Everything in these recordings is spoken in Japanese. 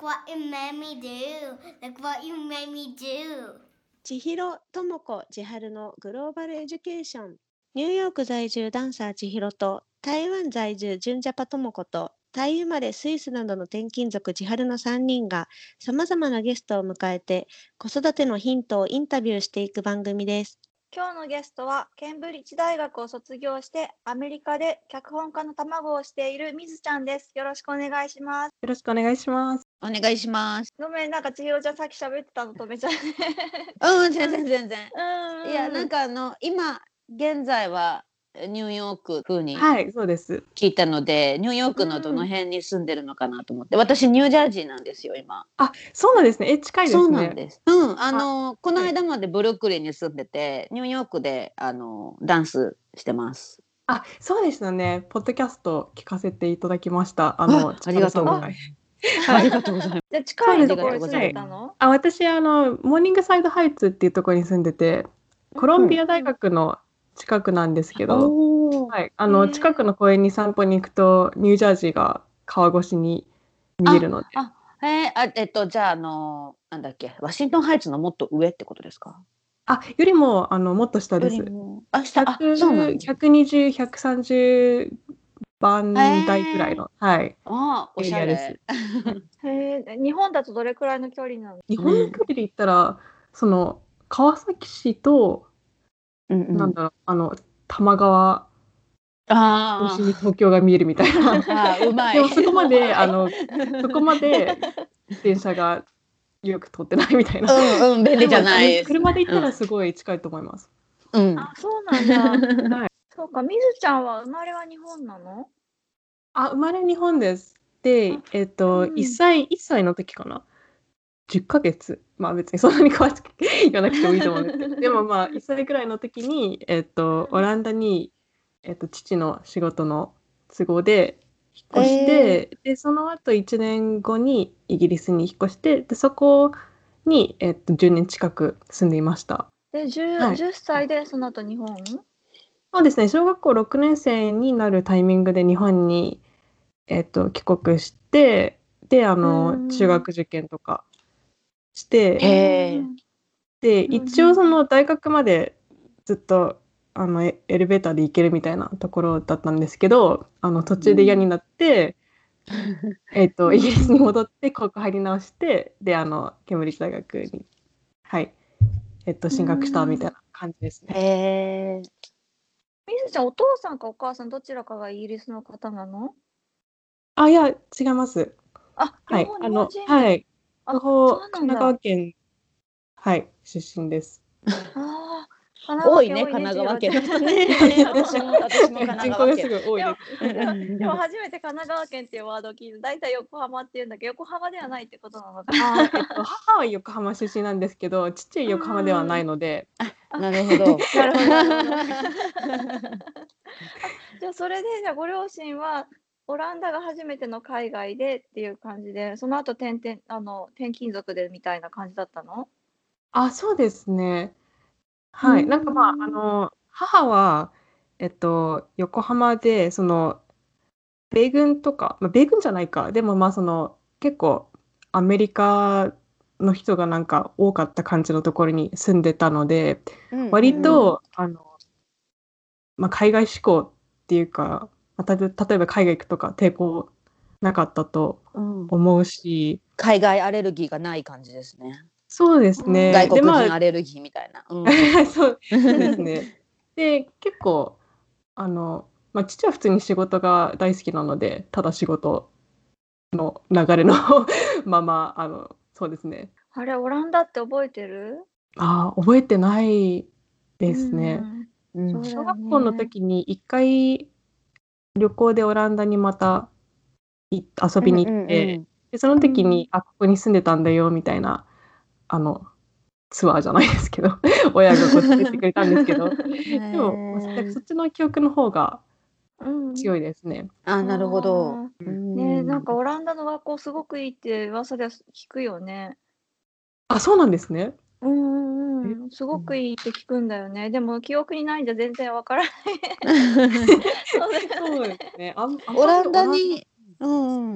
what you made me do. Look what you made me do. 千尋智子千春のグローバルエデュケーション。ニューヨーク在住ダンサー千尋と台湾在住純ジャパ智子とタイ生まれスイスなどの転勤族千春の3人がさまざまなゲストを迎えて子育てのヒントをインタビューしていく番組です。 今日のゲストはケンブリッジ大学を卒業してアメリカで脚本家の卵をしているみずちゃんです。よろしくお願いします。 よろしくお願いします。 お願いします。 ごめん、なんか千尋ちゃんさっき喋ってたの止めちゃう。 全然。いや、なんか今現在はニューヨーク風にそうです聞いたので、ニューヨークのどの辺に住んでるのかなと思って、私ニュージャージーなんですよ今。 あ、そうなんですね。近いですね。 そうなんです。この間までブルックリンに住んでて、ニューヨークでダンスしてます。 あ、そうでしたね。ポッドキャスト聞かせていただきました。 ありがとうございます。ありがとうございます。 じゃあ近いところに住んでたの？ 私モーニングサイドハイツっていうところに住んでて、コロンビア大学の近くなんですけど、近くの公園に散歩に行くとニュージャージーが川越しに見えるので。 じゃあなんだっけ、ワシントンハイツのもっと上ってことですか？ よりももっと下です。 下。 120、130番台くらいの、 おしゃれです。 日本だとどれくらいの距離なの？ 日本の距離で言ったら、その川崎市と、なんだろう、多摩川越しに東京が見えるみたいな。 うまい。 でもそこまで自転車がよく通ってないみたいな。 便利じゃないです。 車で行ったらすごい近いと思います。 あ、そうなんだ。そうか、みずちゃんは生まれは日本なの？ 生まれ日本です。で、1歳の時かな。10ヶ月。別にそんなに詳しく言わなくてもいいと思うんですけど、でも1歳ぐらいの時に、オランダに、父の仕事の都合で引っ越して、で、その後1年後にイギリスに引っ越して、で、そこに、10年近く住んでいました。 で、10歳でその後日本？ そうですね、小学校6年生になるタイミングで日本に、帰国して、で、中学受験とかして、で、一応その大学までずっとエレベーターで行けるみたいなところだったんですけど、途中で嫌になって、イギリスに戻って高校入り直して、で、ケンブリッジ大学に、進学したみたいな感じですね。 みずちゃん、お父さんかお母さんどちらかがイギリスの方なの？ いや、違います。 日本人。 神奈川県、出身です。 多いね、神奈川県。私も神奈川県。 人口がすごい多いです。 でも初めて神奈川県っていうワードを聞いて、だいたい横浜っていうんだけど、横浜ではないってことなのかな。 母は横浜出身なんですけど、父は横浜ではないので。 なるほど。 じゃあそれでご両親はオランダが初めての海外でっていう感じで、その後転勤族でみたいな感じだったの？ そうですね。なんか母は横浜で米軍とか、米軍じゃないか、でも結構アメリカの人がなんか多かった感じのところに住んでたので、割と海外志向っていうか、例えば海外行くとか抵抗なかったと思うし、 海外アレルギーがない感じですね。 そうですね。 外国人アレルギーみたいな。 そうですね。で、結構父は普通に仕事が大好きなので、ただ仕事の流れのままそうですね。 あれ、オランダって覚えてる？ 覚えてないですね。小学校の時に1回旅行でオランダにまた遊びに行って、でその時にここに住んでたんだよみたいなツアーじゃないですけど親が連れてくれたんですけど、でもそっちの記憶の方が強いですね。 なるほど。 なんかオランダの学校すごくいいって噂で聞くよね。 そうなんですね。 すごくいいって聞くんだよね。でも記憶にないんじゃ全然わからない。 そうですね。 オランダに、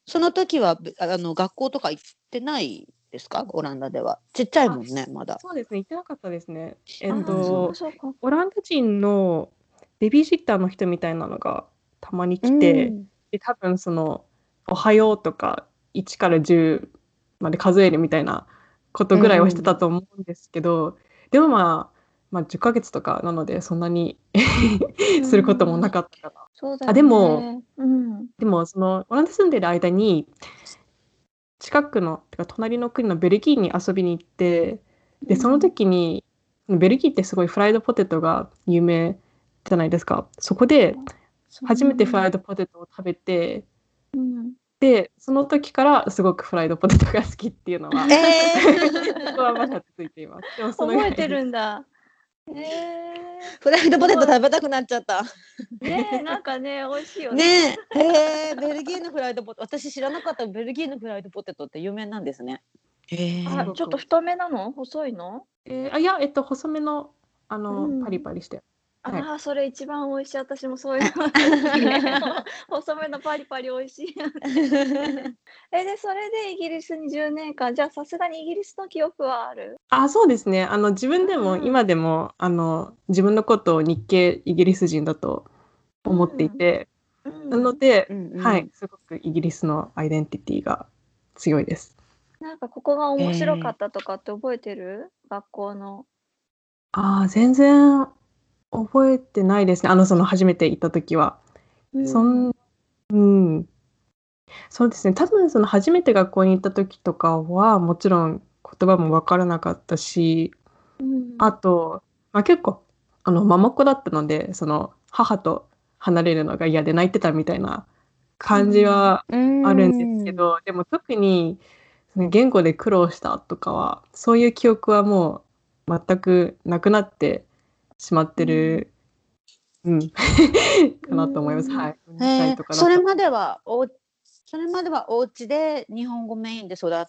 その時は学校とか行ってないですか？オランダでは。ちっちゃいもんね、まだ。 そうですね、行ってなかったですね。 そうかそうか。 オランダ人のベビーシッターの人みたいなのがたまにう来て、 ん。 で、多分その、おはようとか1から10まで数えるみたいなことぐらいはしてたと思うんですけど、でもまあ10ヶ月とかなので、そんなにすることもなかったかな。あ、 そうだよでも、 ね。うん。 その、オランダ住んでる間に、近くの、てか隣の国のベルギーに遊びに行って、で、その時に、ベルギーってすごいフライドポテトが有名じゃないですか。そこで初めてフライドポテトを食べて、 うん。 で、その時からすごくフライドポテトが好きっていうのは、そこはまだ続いています。でもそのぐらい覚えてるんだ。 フライドポテト食べたくなっちゃった。 ねえ、なんかね、美味しいよね。 ねベルギーのフライドポテト、私知らなかった。ベルギーのフライドポテトって有名なんですね。 あ、ちょっと太めなの？細いの？ いや、細めの、 うんパリパリして。はい。 ああ、それ一番美味しい。私もそういうの好きね。細めのパリパリ美味しいやつ。で、それでイギリスに10年間、じゃあさすがにイギリスの記憶はある？ あ、そうですね。自分でも、今でも、自分のことを日系イギリス人だと思っていて、なので、はい、すごくイギリスのアイデンティティが強いです。 なんかここが面白かったとかって覚えてる？学校の。 全然覚えてないですね。その初めて行った時は。そうですね。多分その初めて学校に行った時とかは、もちろん言葉も分からなかったし、あと、結構、ママっ子だったので、その母と離れるのが嫌で泣いてたみたいな感じはあるんですけど、でも特にその言語で苦労したとかは、そういう記憶はもう全くなくなってしまってる、かなと思います。はい。2歳とかだった。 それまではお家で日本語メインで育って、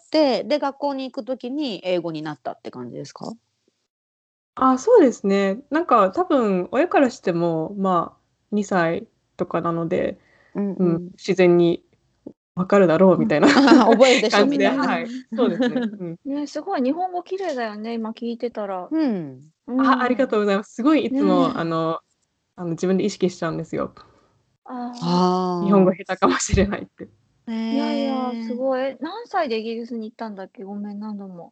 で学校に行くときに英語になったって感じですか？ そうですね。なんか多分親からしても、2歳とかなので、自然にわかるだろうみたいな覚えるでしょ感じで、 みたいな。 はい。そうですね。 ね、すごい日本語綺麗だよね、今聞いてたら。 ありがとうございます。すごいいつも、 ね自分で意識しちゃうんですよ。 あ日本語下手かもしれないって。 いやいや、すごい。何歳でイギリスに行ったんだっけ？ごめん、何度も。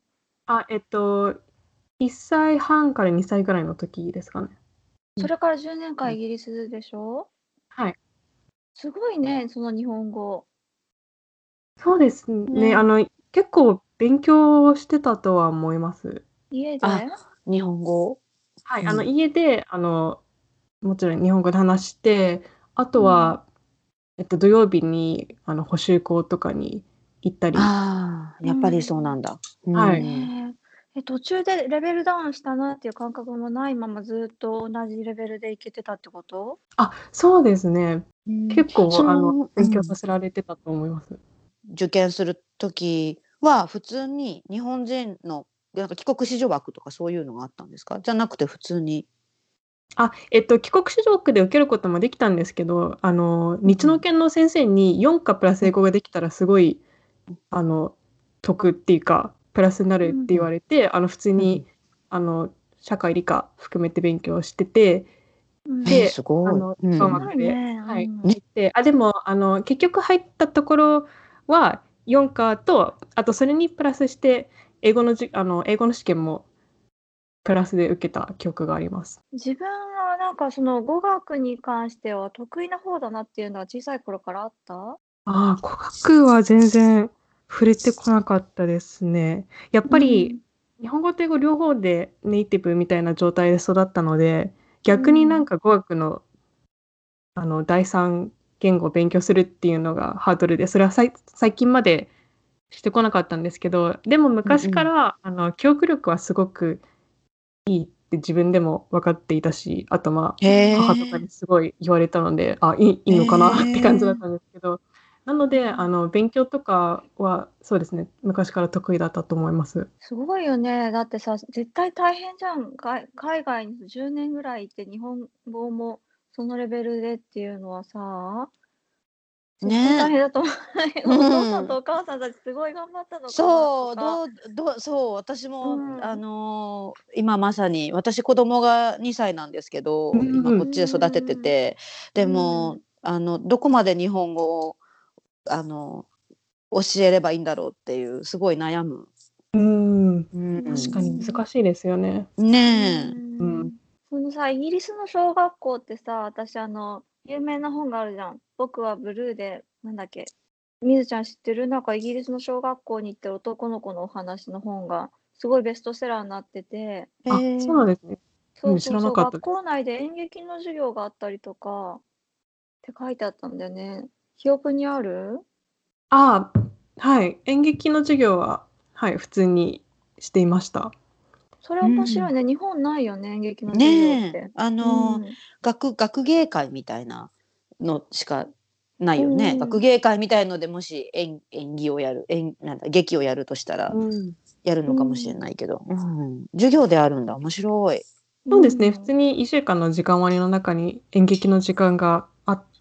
1歳半から2歳ぐらいの時ですかね。 それから10年間イギリスでしょ？ はい。 すごいね、その日本語。 そうですね。結構勉強してたとは思います。 家で？ 日本語。 はい。家で、もちろん日本語で話して、あとは、土曜日に補習校とかに行ったり。 やっぱりそうなんだ。 はい。 途中でレベルダウンしたなっていう感覚もないままずっと同じレベルでいけてたってこと？ そうですね。結構勉強させられてたと思います。 受験する時は普通に日本人のなんか帰国子女枠とかそういうのがあったんですか？じゃなくて普通に。 帰国子女枠で受けることもできたんですけど、日農研の先生に4科プラス英語ができたらすごい、得っていうか、プラスになるって言われて、普通に、社会理科含めて勉強してて、で、 すごい。 4枠で、はい、入って、でも、結局入ったところは4科と、あとそれにプラスして、英語の試験もプラスで受けた記憶があります。 自分はなんかその語学に関しては得意な方だなっていうのは小さい頃からあった？ 語学は全然触れてこなかったですね。やっぱり、日本語と英語両方でネイティブみたいな状態で育ったので、逆になんか語学の、第三言語を勉強するっていうのがハードルで、それは最近までしてこなかったんですけど、でも昔から、記憶力はすごくいいって自分でも分かっていたし、あと母とかにすごい言われたので、いいのかなって感じだったんですけど、なので、勉強とかはそうですね、昔から得意だったと思います。 すごいよね。だってさ、絶対大変じゃん。海外に10年ぐらいいて日本語もそのレベルでっていうのはさ、 絶対大ね。 変だと思う。お父さんとお母さんたちすごい頑張ったのかなそう、 とか。 そう、私も、 うん今まさに、私子供が2歳なんですけうど、 んうん。 今こっちで育ててて、でも、どこまで日本語を、教えればいいんだろうっていう、すごい悩む。 うん。 うん。 確かに難しいですよね。 ねえ。 うん。 そのさ、イギリスの小学校ってさ、私有名な本があるじゃん。僕はブルーで、なんだっけ。みずちゃん知ってる？なんかイギリスの小学校に行ってる男の子のお話の本が、すごいベストセラーになってて、 あ、そうなんですね。 そう知らなかった学校内で演劇の授業があったりとかって書いてあったんだよね。記憶にある？ あ、はい。演劇の授業は、はい、普通にしていました。 それ面白いね。日本ないよね、演劇の授業っねえ、 て。うん学芸会みたいなのしかないよね。 うん学芸会みたいのでもし演技をやる、なんだ、劇をやるとしたらうん。 やるのかもしれないけど、授業であるんだ。面白い。 そうですね。普通に1週間の時間割の中に演劇の時間があって、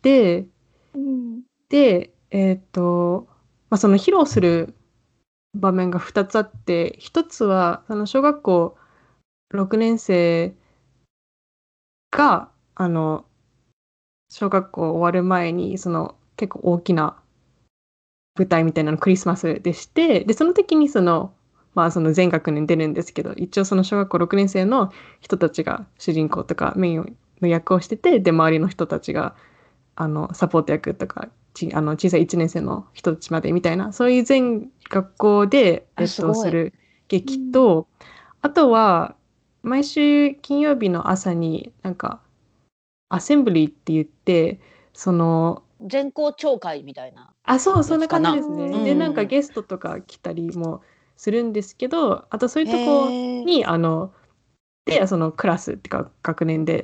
うんで、その披露する場面が2つあって、1つは、小学校6年生が、小学校終わる前に、結構大きな舞台みたいなのクリスマスでして、で、その時にその全学年出るんですけど、一応その小学校6年生の人たちが主人公とかメインの役をしてて、で、周りの人たちが、サポート役とか、小さい1年生の人たちまでみたいな、そういう全学校で、 すごいする劇と、あとは、毎週金曜日の朝に、なんか、アセンブリーって言って、 全校朝会みたいなそんな感じですね。で、なんかうんゲストとか来たりもするんですけど、あとそういうとへこえ。 に、そのクラスっていうか学年で、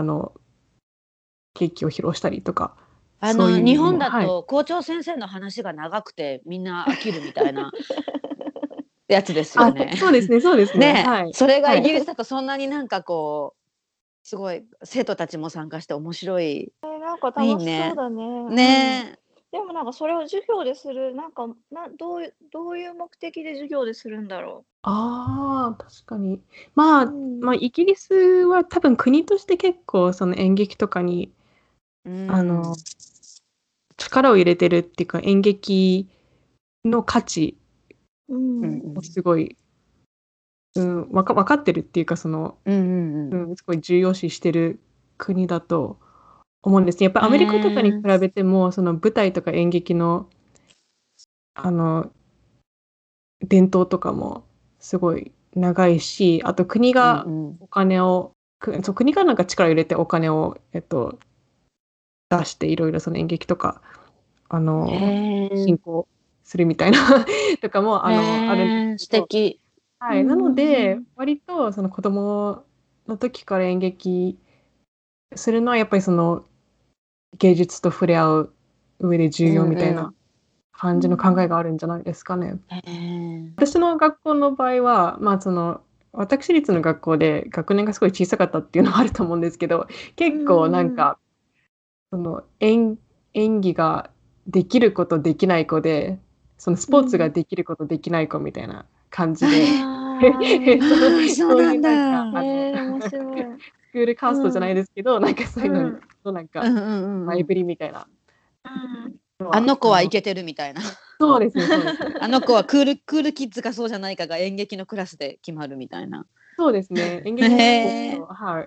ケーキを披露したりとか、そういう日本のも、はい。 だと校長先生の話が長くてみんな飽きるみたいなやつですよね。 そうですね、そうですね。 ねはい。 それがはいイギリスだとそんなになんかこうすごい生徒たちも参加して面白い。 なんか楽しそうだね。 ねでもなんかそれを授業でする、なんかどういう目的で授業でするんだろああ、確かに。 う。 イギリスは多分国として結構その演劇とかに、 うん力を入れてるっていうか、演劇の価値うんをすごい、わかってるっていうか、すごい重要視してる国だと思うんですね。やっぱアメリカとかに比べても、その舞台とか演劇の、あの、伝統とかもすごい長いし、あと国がお金を、国がなんか力を入れてお金を、出していろいろその演劇とか、進行するみたいなとかも、あるんです素けど、 敵。 はい。なので、割とその子供の時から演劇するのはやっぱりその芸術と触れ合う上で重要みたいな感じの考えがあるんじゃないですかね。私の学校の場合は、私立の学校で学年がすごい小さかったっていうのはあると思うんですけど、結構なんか、その演技ができる子とできない子で、そのスポーツができる子とできない子みたいな感じで、そういうなんか、 面白い。 スクールカーストじゃないですけど、なんかそういうののなんか、前振りみたいな。 あの子はイケてるみたいな。 そうですね、そうですね。 あの子はクールキッズかそうじゃないかが演劇のクラスで決まるみたいな。 そうですね。演劇のはい。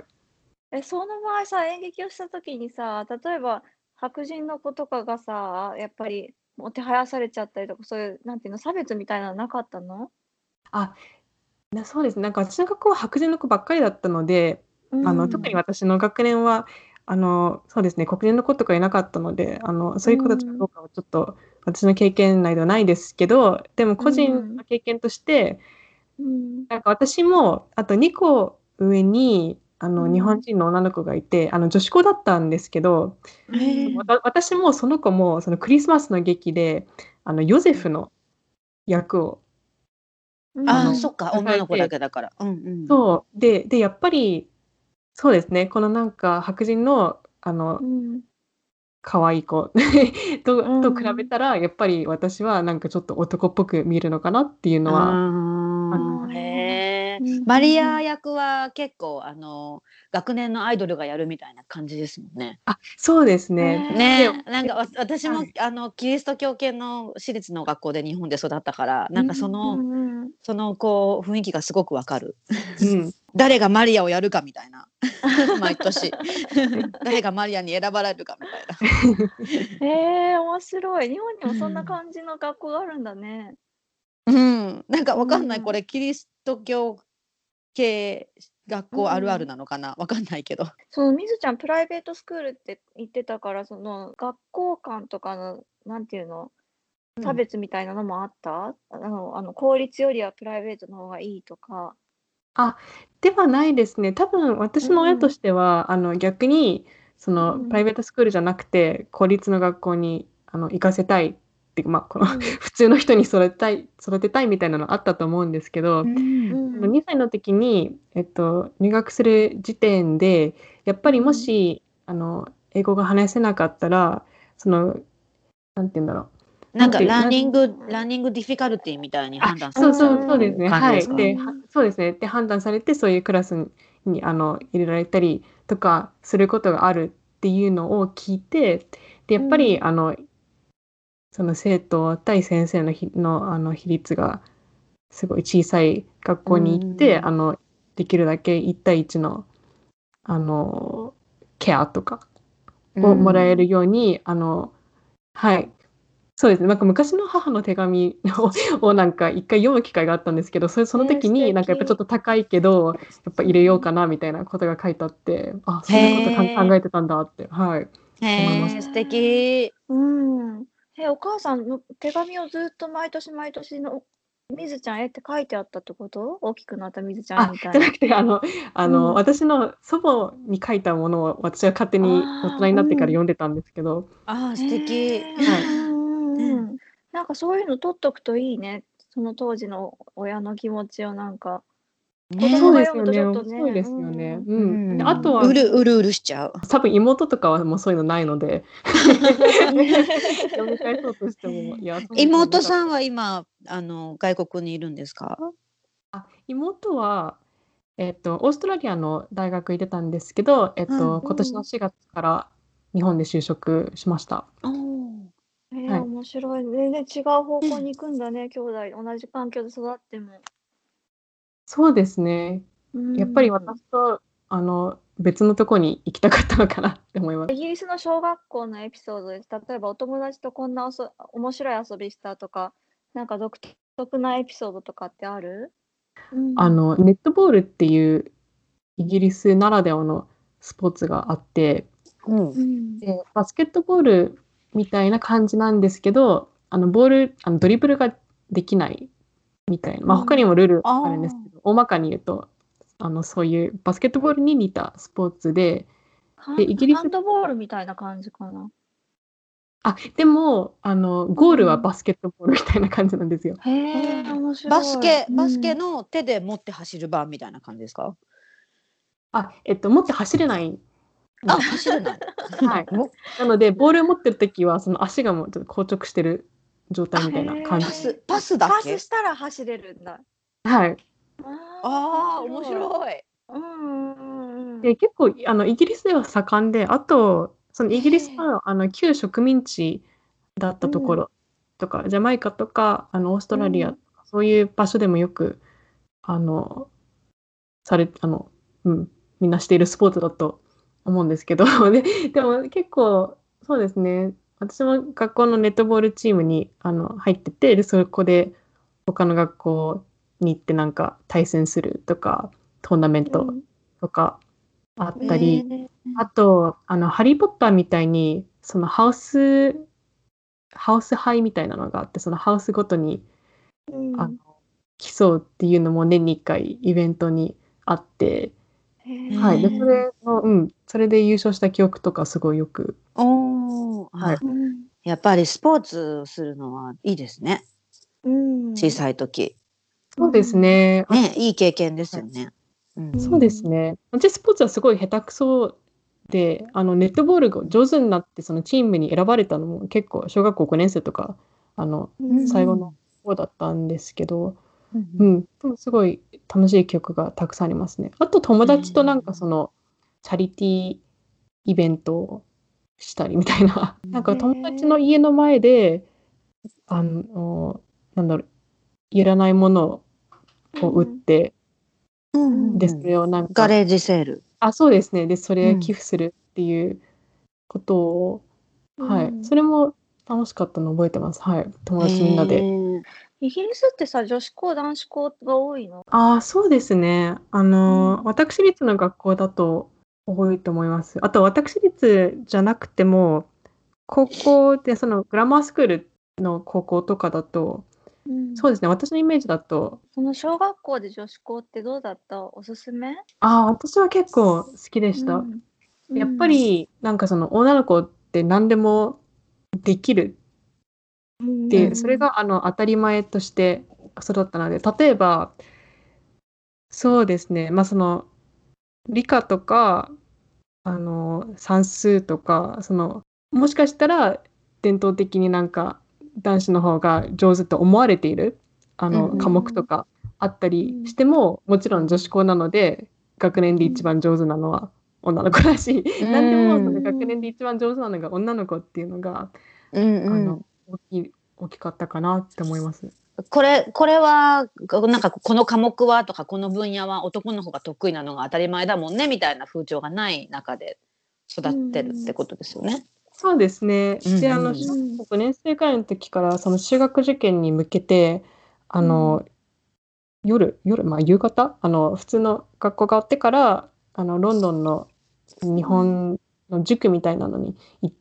その場合さ、演劇をした時にさ、例えば白人の子とかがさ、やっぱりもてはやされちゃったりとか、そういうなんていうの、差別みたいなのなかったの？ そうですね。なんか私の学校は白人の子ばっかりだったので、特に私の学年は、そうですね、黒人の子とかいなかったので、そういう子たちかどうかはちょっと私の経験内ではないですけど、でも個人の経験として、なんか私も、あと2個上に、日本人の女の子がいて、女子校だったんですけど、私もその子も、そのクリスマスの劇で、ヨゼフの役を、 そっか、女の子だけだから。 そう。で、やっぱり、そうですね、このなんか白人の、 可愛い子と比べたら、やっぱり私はなんかちょっと男っぽく見えるのかなっていうのは、 へえ。マリア役は結構学年のアイドルがやるみたいな感じですもんね。 そうですね。 ね、なんか私もはいキリスト教系の私立の学校で日本で育ったから、なんかそのこう雰囲気がすごくわかる。誰がマリアをやるかみたいな、毎年誰がマリアに選ばれるかみたいな。 面白い。日本にもそんな感じの学校があるんだね。 なんかわかんない、これキリスト教系学校あるあるなのかな、わかんないけど。 みずちゃんプライベートスクールって言ってたから、その学校間とかのなんていうの、差別みたいなのもあった？公立よりはプライベートの方がいいとか。 ではないですね。多分私の親としては、逆にそのプライベートスクールじゃなくて公立の学校に行かせたいってこの普通の人に育てたいみたいなのあったと思うんですけど、2歳の時に、入学する時点でやっぱりもし、英語が話せなかったらなんて言うんだろう。 なんかラーニングディフィカルティみたいに判断されるそうですね。 感じですか？ そうですね。で判断されてそういうクラスに入れられたりとかすることがあるっていうのを聞いて、でやっぱりその生徒対先生の比率がすごい小さい学校に行ってできるだけ1対1のケアとかをもらえるようにはいそうですね。なんか昔の母の手紙をなんか一回読む機会があったんですけど、その時になんかやっぱちょっと高いけど、やっぱ入れようかなみたいなことが書いてあって、そういうこと考えてたんだって、思いました。 素敵。 お母さんの手紙をずっと毎年毎年のみずちゃんへって書いてあったってこと？大きくなったみずちゃんみたいな。 じゃなくて私の祖母に書いたものを私は勝手に大人になってから読んでたんですけど。 素敵。 なんかそういうの取っとくといいね。その当時の親の気持ちをなんか。子供が読むとちょっとね。 そうですよね。あとはうるしちゃう。 多分妹とかはもうそういうのないので読み返そうとしても妹さんは今外国にいるんですか？ 妹はオーストラリアの大学行ってたんですけど、今年の4月から日本で就職しました。 面白い。全然違う方向に行くんだね、兄弟同じ環境で育っても。 そうですね。やっぱり私と別のとこに行きたかったのかなって思います。 イギリスの小学校のエピソードです。例えばお友達とこんな面白い遊びしたとか、なんか独特なエピソードとかってある？ ネットボールっていうイギリスならではのスポーツがあって、でバスケットボールみたいな感じなんですけど、ボールドリブルができないみたいな、他にもルールあるんですけど、大まかに言うとそういうバスケットボールに似たスポーツで、 イギリスハンドボールみたいな感じかな。 でもゴールはバスケットボールみたいな感じなんですよ。 面白い。 バスケの手で持って走る版みたいな感じですか？ 持って走れない。 走れない。 なのでボールを持ってる時はその足がもうちょっと硬直してる状態みたいな感じ。 パスだけ？ パスしたら走れるんだ。 はい。 面白い。 で結構イギリスでは盛んで、あとそのイギリスの旧植民地だったところとか、ジャマイカとかオーストラリアとか、そういう場所でもよくみんなしているスポーツだと思うんですけどでも結構そうですね。私も学校のネットボールチームに入ってて、でそこで他の学校に行ってなんか対戦するとかトーナメントとかあったり、あとハリー・ポッターみたいにそのハウス杯みたいなのがあって、そのハウスごとに競うっていうのも年に1回イベントにあって、でそれで優勝した記憶とかすごいよく。 やっぱりスポーツするのはいいですね。小さい時。 そうですね。 いい経験ですよね。 そうですね。私スポーツはすごい下手くそで、ネットボールが上手になってそのチームに選ばれたのも結構小学校5年生とか最後の方だったんですけど、でもすごい楽しい曲がたくさんありますね。あと友達となんかそのチャリティーイベントをしたりみたいな、なんか友達の家の前でなんだろう、いらないものを売って、でそれをなんかガレージセール。 そうですね。でそれを寄付するっていうことを、それも楽しかったの覚えてます。友達みんなで。 イギリスってさ、女子校男子校が多いの？ そうですね。私立の学校だと多いと思います。あと私立じゃなくても高校でそのグラマースクールの高校とかだと、そうですね。私のイメージだと、 その小学校で女子校ってどうだった？おすすめ？ 私は結構好きでした。やっぱりなんかその女の子って何でもできるで、それが当たり前として育ったので、例えばそうですね、その理科とか算数とかもしかしたら伝統的になんか男子の方が上手と思われている科目とかあったりしても、もちろん女子校なので学年で一番上手なのは女の子だし、何でもその学年で一番上手なのが女の子っていうのが大きかったかなって思います。 これはなんかこの科目はとかこの分野は男の子が得意なのが当たり前だもんねみたいな風潮がない中で育ってるってことですよね。 そうですね。で小学校5年生くらいの時からその中学受験に向けて夕方普通の学校があってからロンドンの日本の塾みたいなのに行って、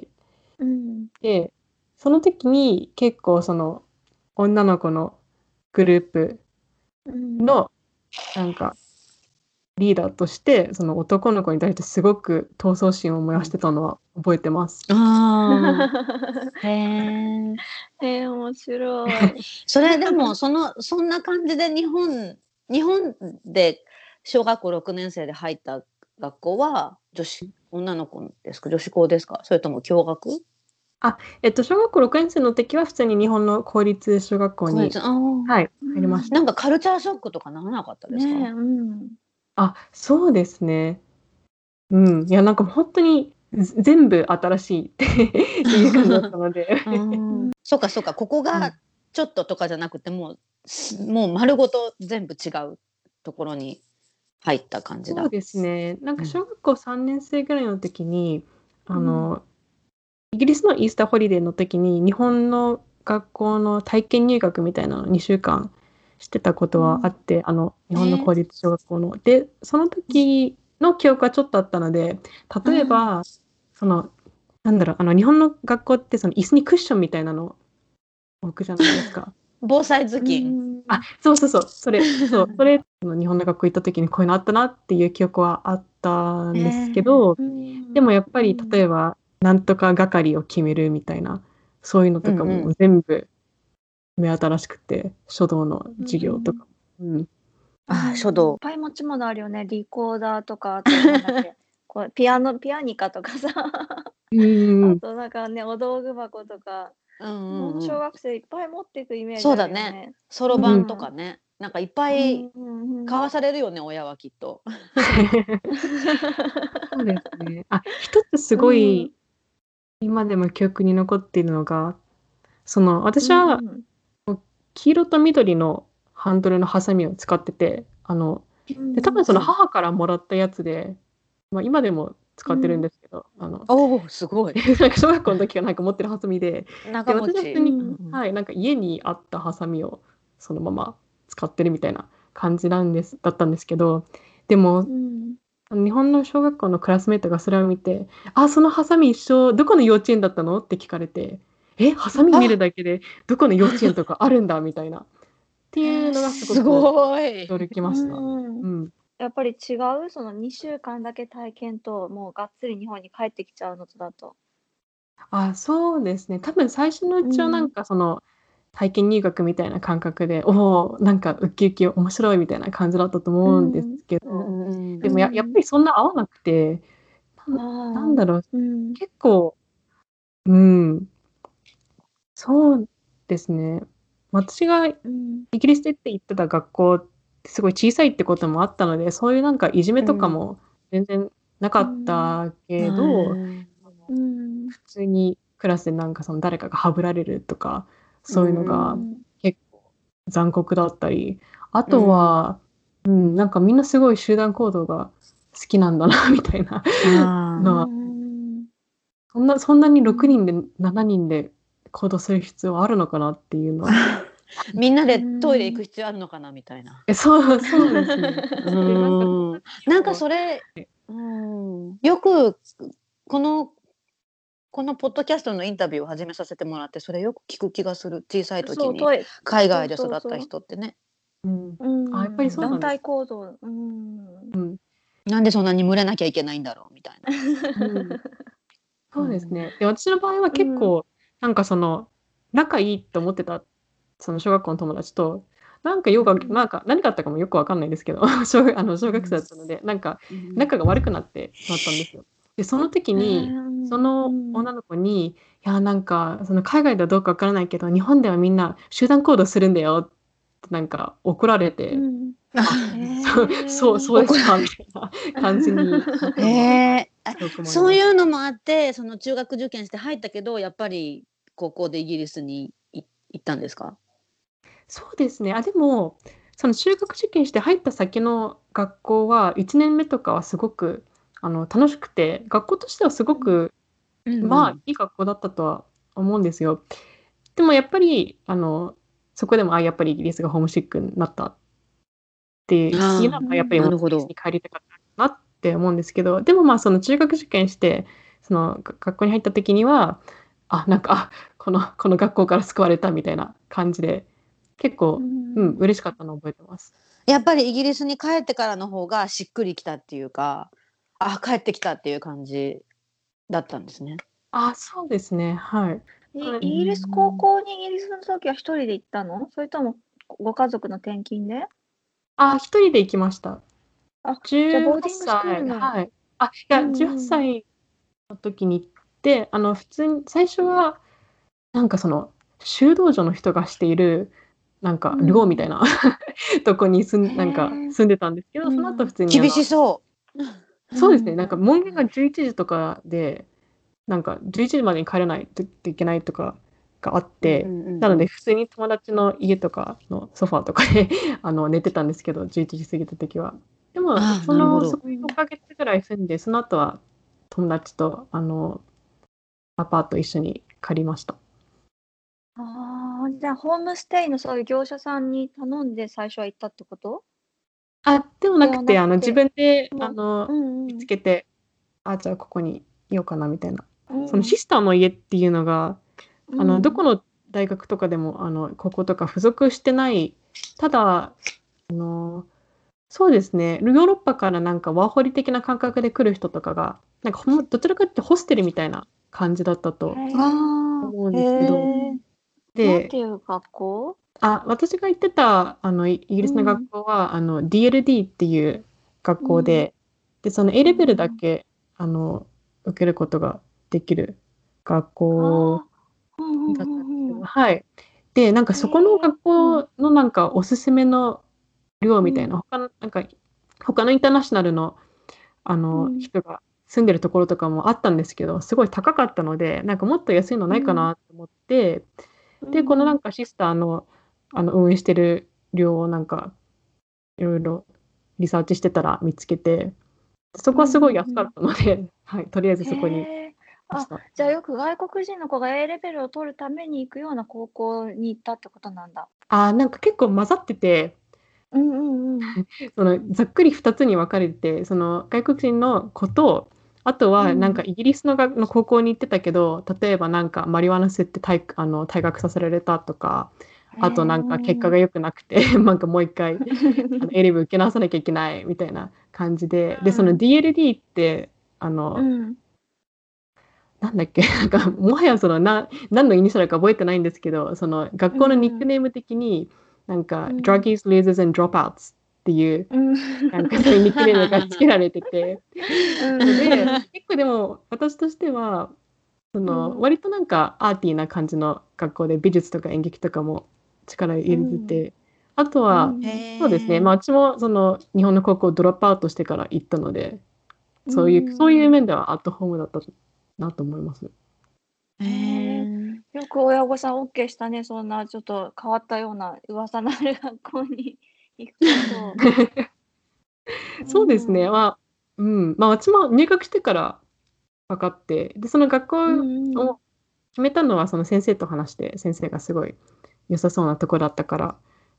でその時に結構その女の子のグループのなんかリーダーとしてその男の子に対してすごく闘争心を燃やしてたのは覚えてます。 へえ、 面白い。 それでもそんな感じで日本で小学校6年生で入った学校は女の子ですか？女子校ですか？それとも共学？ 小学校6年生の時は普通に日本の公立小学校に入りました。 なんかカルチャーショックとかならなかったですか？ そうですね。いやなんか本当に全部新しいっていう感じだったのでそうかここがちょっととかじゃなくてもう丸ごと全部違うところに入った感じだ。 そうですね。なんか小学校3年生ぐらいの時にイギリスのイースターホリデーの時に日本の学校の体験入学みたいなのを2週間してたことはあって、日本の公立小学校の。でその時の記憶はちょっとあったので、例えば、なんだろう日本の学校ってその椅子にクッションみたいなの置くじゃないですか。 防災頭巾。 そうそれ日本の学校行った時にこういうのあったなっていう記憶はあったんですけど、でもやっぱり例えばなんとか係を決めるみたいなそういうのとかも全部目新しくて、書道の授業とか。 書道。 いっぱい持ち物あるよね。リコーダーとか、あとなんだっけこうピアニカとかさあとなんかね、お道具箱とか、小学生いっぱい持っていくイメージあるよね。 そうだね。そろばんとかね、なんかいっぱい買わされるよね、親はきっと。 そうですね。一つすごい今でも記憶に残っているのが、私は黄色と緑のハンドルのハサミを使ってて、で多分その母からもらったやつで、今でも使ってるんですけど、 すごい。 なんか小学校の時からなんか持ってるハサミで、 長持ち。 私は普通に、なんか家にあったハサミをそのまま使ってるみたいな感じだったんですけど、でも、日本の小学校のクラスメートがそれを見て、そのハサミ一緒、どこの幼稚園だったのって聞かれて、ハサミ見るだけでどこの幼稚園とかあるんだみたいなっていうのがすごく驚きました。 やっぱり違う？その2週間だけ体験ともうがっつり日本に帰ってきちゃうのとだと。 そうですね。多分最初のうちはなんかその体験入学みたいな感覚で、なんかウキウキ面白いみたいな感じだったと思うんですけど、でもやっぱりそんな合わなくて、 なんだろう、 うん。 結構、うん、そうですね。私がイうん。 ギリスで行ってた学校ってすごい小さいってこともあったので、そういうなんかいじめとかも全然なかったけど、 うん。 普通にクラスでなんかその誰かがはぶられるとか、そういうのうがん。 結構残酷だったり、あとは、なんかみんなすごい集団行動が好きなんだなみたいなのは、そんなに6人で7人で行動する必要はあるのかなっていうのは。 みんなでトイレ行く必要あるのかなみたいな。 そうですね。でなんかそれ、よくこのポッドキャストのインタビューを始めさせてもらって、それよく聞く気がする。小さい時に海外で育った人ってね。 やっぱりそうなんです。 団体行動。 なんでそんなに群れなきゃいけないんだろうみたいな。 そうですね。で、私の場合は結構、なんかその、仲いいと思ってた、その小学校の友達と、なんかなんか何があったかもよくわかんないですけど、小学生だったので、なんか仲が悪くなってしまったんですよ。で、その時に、その女の子に、いや、なんか、その海外ではどうかわからないけど、日本ではみんな集団行動するんだよってなんか怒られて、そうですかみたいな感じになったのは、 そういうのもあって、その中学受験して入ったけど、やっぱり高校でイギリスに行ったんですか？ そうですね。でも、その中学受験して入った先の学校は、1年目とかはすごく楽しくて、学校としてはすごく、まあ、いい学校だったとは思うんですよ。でもやっぱり、そこでも、やっぱりイギリスがホームシックになったっていうのは、やっぱりイギリスに帰りたかったなって思うんですけど、でもまあ、その中学受験して、その学校に入った時には、なんか、この学校から救われたみたいな感じで、結構、嬉しかったのを覚えてます。 やっぱりイギリスに帰ってからの方がしっくりきたっていうか、帰ってきたっていう感じだったんですね。 そうですね。はい。 イギリス、高校にイギリスの時は一人で行ったの？それともご家族の転勤で？ 一人で行きました。 じゃあボーデ 18 ィングスクール歳、 の。 はい。いや、18歳の時に行って、普通に、最初は、なんかその、修道女の人がしている、なんか、寮みたいなとこになんか住んでたんですけど、その後普通に厳しそう。 そうですね。なんか門限が11時とかで、なんか11時までに帰らないといけないとかがあって、なので普通に友達の家とかのソファーとかで寝てたんですけど、11時過ぎた時は。でも、そこ5ヶ月ぐらい住んで、その後は友達とアパート一緒に借りました。 じゃあホームステイのそういう業者さんに頼んで最初は行ったってこと？ でもなくて、自分で見つけて、じゃあここにいようかなみたいな。そのシスターの家っていうのが、どこの大学とかでも高校とか付属してない、ただそうですね、ヨーロッパからなんかワーホリ的な感覚で来る人とかが、なんかどちらかというとホステルみたいな感じだったと思うんですけど、 なんていう学校？ 私が行ってたイギリスの学校は、DLD っていう学校で、その A レベルだけ受けることができる学校だったんですけど、はい。で、なんかそこの学校のなんかおすすめの寮みたいな、他のインターナショナルの人が住んでるところとかもあったんですけど、すごい高かったので、なんかもっと安いのないかなと思って、で、このなんかシスターの運営してる寮をなんかいろいろリサーチしてたら見つけて、そこはすごい安かったので、はい、とりあえずそこに。 じゃあよく外国人の子が A レベルを取るために行くような高校に行ったってことなんだ。 なんか結構混ざってて、そのざっくり2つに分かれて、その外国人の子と、あとはなんかイギリスの高校に行ってたけど、例えばなんかマリワナ吸って退学させられたとか、あとなんか結果が良くなくてなんかもう一回A レベル受け直さなきゃいけないみたいな感じで、その DLD ってなんだっけ、なんかもはやその何のイニシャルか覚えてないんですけど、その学校のニックネーム的になんか、Druggies, Losers and Dropouts っっていううんなんかそういうニックネームがつけられててうんので結構でも私としては割となんかアーティーな感じの学校で美術とか演劇とかも力入れてて、あとは、そうですね、まあ私も日本の高校をドロップアウトしてから行ったので、そういう面ではアットホームだったなと思います。 よく親御さん OK したね。そんなちょっと変わったような噂のある学校に行くことを。 そうですね。まあ私も入学してから分かって、でその学校を決めたのはその先生と話して、先生がすごい良さそうなところだったから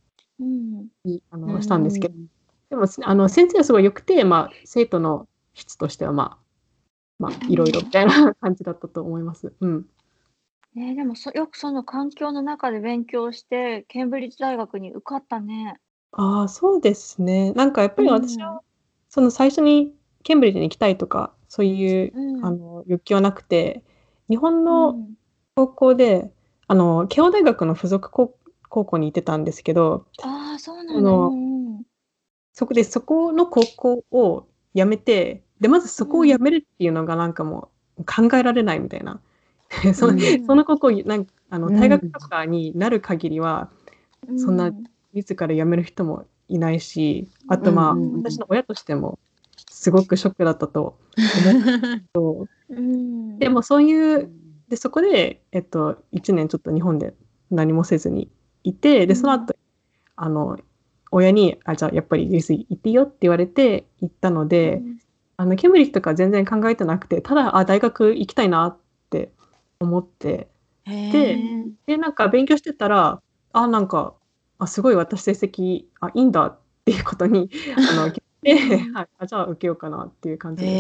したんですけど、でも先生はすごい良くて、まあ生徒の質としてはまあいろいろみたいな感じだったと思います。 ね、でもよくその環境の中で勉強してケンブリッジ大学に受かったね。 ああ、そうですね。なんかやっぱり私はその最初にケンブリッジに行きたいとかそういう欲求はなくて、日本の高校で慶応大学の附属高校に行ってたんですけど、 ああ、そうなんだ。 そこの高校を辞めて、でまずそこを辞めるっていうのがなんかもう考えられないみたいな。その高校なん退学とかになる限りは、そんな自ら辞める人もいないし、あとまあ、私の親としてもすごくショックだったと思うけどでもそういうでそこで、1年ちょっと日本で何もせずにいて、でその後親にじゃあやっぱりイギリス行っていいよって言われて行ったので、ケンブリッジとか全然考えてなくて、ただ大学行きたいなって思ってでなんか勉強してたらなんかすごい私成績いいんだっていうことに気づいてじゃあ受けようかなっていう感じです。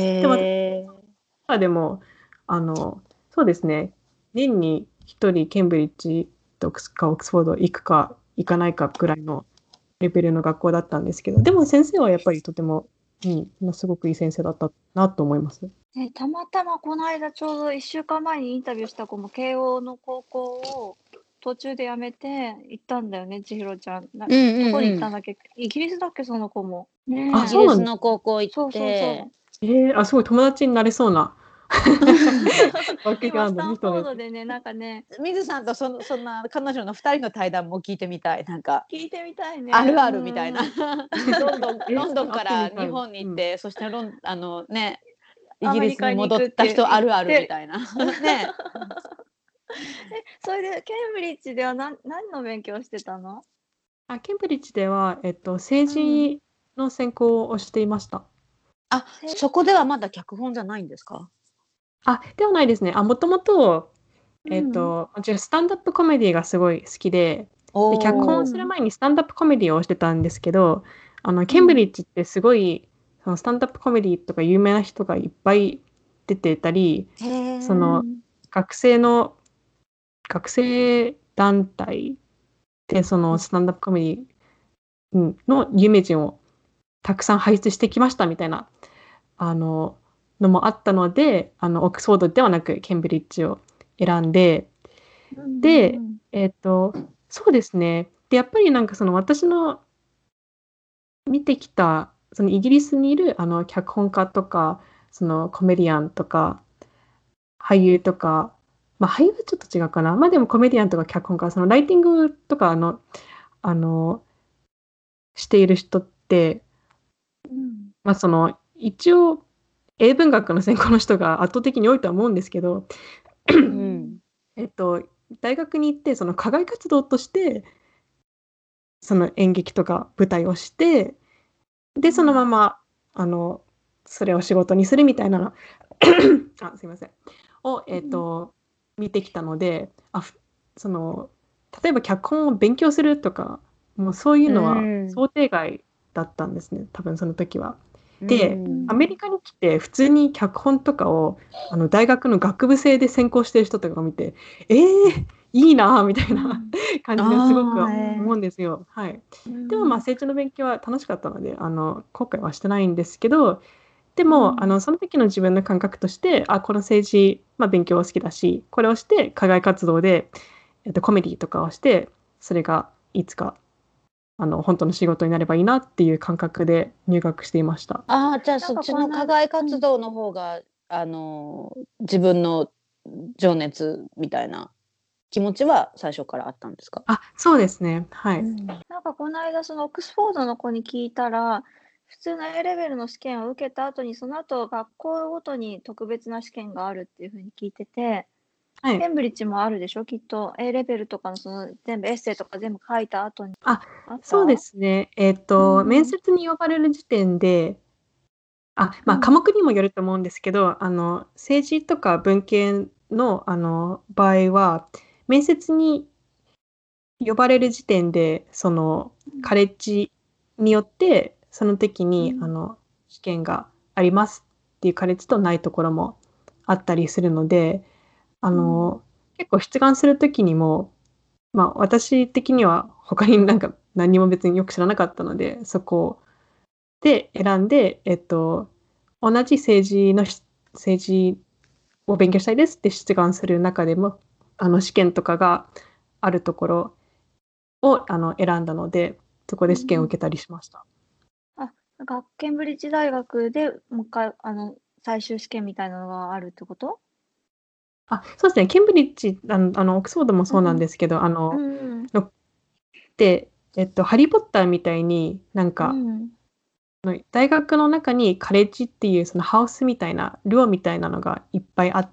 でもそうですね、年に1人ケンブリッジとかオックスフォード行くか行かないかぐらいのレベルの学校だったんですけど、でも先生はやっぱりとてもすごくいい先生だったなと思います。 たまたまこの間ちょうど1週間前にインタビューした子も慶応の高校を途中で辞めて行ったんだよね、千尋ちゃん。どこに行ったんだっけ、イギリスだっけ、その子も。 イギリスの高校行って。 すごい友達になれそうな。 今スタンフォードでね、なんかね、 水さんとそんな彼女の2人の対談も聞いてみたい。なんか聞いてみたいね。 あるあるみたいな。ロンドンから日本に行って、そしてイギリスに戻った人あるあるみたいな。ね。 それでケンブリッジでは何の勉強してたの？ ケンブリッジでは政治の専攻をしていました。 そこではまだ脚本じゃないんですか？ ではないですね。もともとスタンダップコメディがすごい好きで、脚本をする前にスタンダップコメディをしてたんですけど、ケンブリッジってすごいそのスタンダップコメディとか有名な人がいっぱい出てたり、その学生団体でそのスタンダップコメディの有名人をたくさん輩出してきましたみたいなのもあったので、オックスフォードではなくケンブリッジを選んで、でそうですね。でやっぱりなんかその私の見てきたそのイギリスにいる脚本家とかそのコメディアンとか俳優とか、俳優はちょっと違うかな。でもコメディアンとか脚本家、そのライティングとかしている人って、その一応英文学の専攻の人が圧倒的に多いとは思うんですけど、大学に行ってその課外活動としてその演劇とか舞台をして、でそのままそれを仕事にするみたいなのすいませんを見てきたので、その例えば脚本を勉強するとかもうそういうのは想定外だったんですね、多分その時は。でアメリカに来て普通に脚本とかを大学の学部生で専攻してる人とかを見ていいなみたいな感じですごく思うんですよ。でも政治の勉強は楽しかったので後悔はしてないんですけど、でもその時の自分の感覚としてこの政治、勉強は好きだし、これをして課外活動でコメディとかをして、それがいつか本当の仕事になればいいなっていう感覚で入学していました。 ああ、じゃあそっちの課外活動の方が、自分の情熱みたいな気持ちは最初からあったんですか？ そうですね。はい。 なんかこの間そのオックスフォードの子に聞いたら、普通の A レベルの試験を受けた後にその後学校ごとに特別な試験があるっていうふうに聞いてて、 はい。 ケンブリッジもあるでしょきっと A レベルとかのその全部エッセイとか全部書いた後にあったそうですね。面接に呼ばれる時点で、科目にもよると思うんですけど、政治とか文系の、場合は、面接に呼ばれる時点で、そのカレッジによって、その時に、試験がありますっていうカレッジとないところもあったりするので、結構出願する時にも、私的には他になんか何も別によく知らなかったので、そこで選んで、同じ政治を勉強したいですって出願する中でも、試験とかがあるところを選んだので、そこで試験を受けたりしました。 ケンブリッジ大学でもう一回最終試験みたいなのがあるってこと？ そうですね。ケンブリッジ、オックスフォードもそうなんですけど、で、ハリー・ポッターみたいになんか、大学の中にカレッジっていうそのハウスみたいな寮みたいなのがいっぱいあって、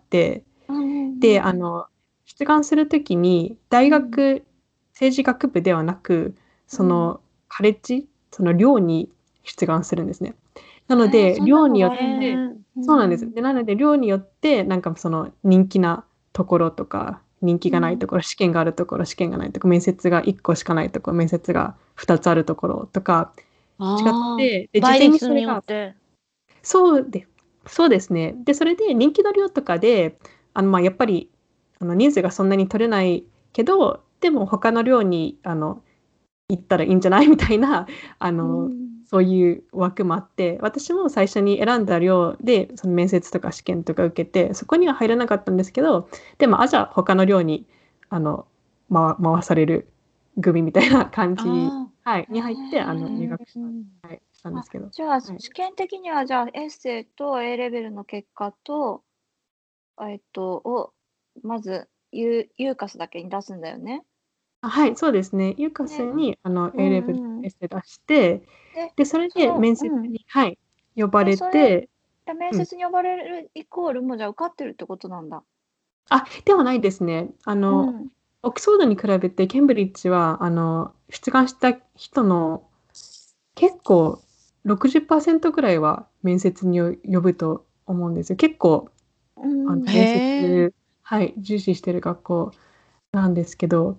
で出願するときに大学、政治学部ではなくそのカレッジその寮に出願するんですね。なので寮によってそうなんです。でなので寮によってなんかその人気なところとか人気がないところ、試験があるところ試験がないところ面接が1個しかないところ面接が2つあるところとか違って、で事前にそれがそうですね。でそれで人気の量とかでやっぱり人数がそんなに取れないけどでも他の寮に行ったらいいんじゃないみたいなそういう枠もあって私も最初に選んだ寮でその面接とか試験とか受けてそこには入らなかったんですけどでもじゃあ他の寮に回される組みたいな感じ、に入って入学したんですけど。 じゃあ試験的にはじゃあエッセイと A レベルの結果とをまずユーカスだけに出すんだよね。 はい、そうですね。ユーカスにA レベルのエッセイ出して、でそれで面接に呼ばれて、 面接に呼ばれるイコールもうじゃあ受かってるってことなんだ。 ではないですね。オックスフォードに比べてケンブリッジは出願した人の結構60% ぐらいは面接に呼ぶと思うんですよ。結構面接、重視してる学校なんですけど、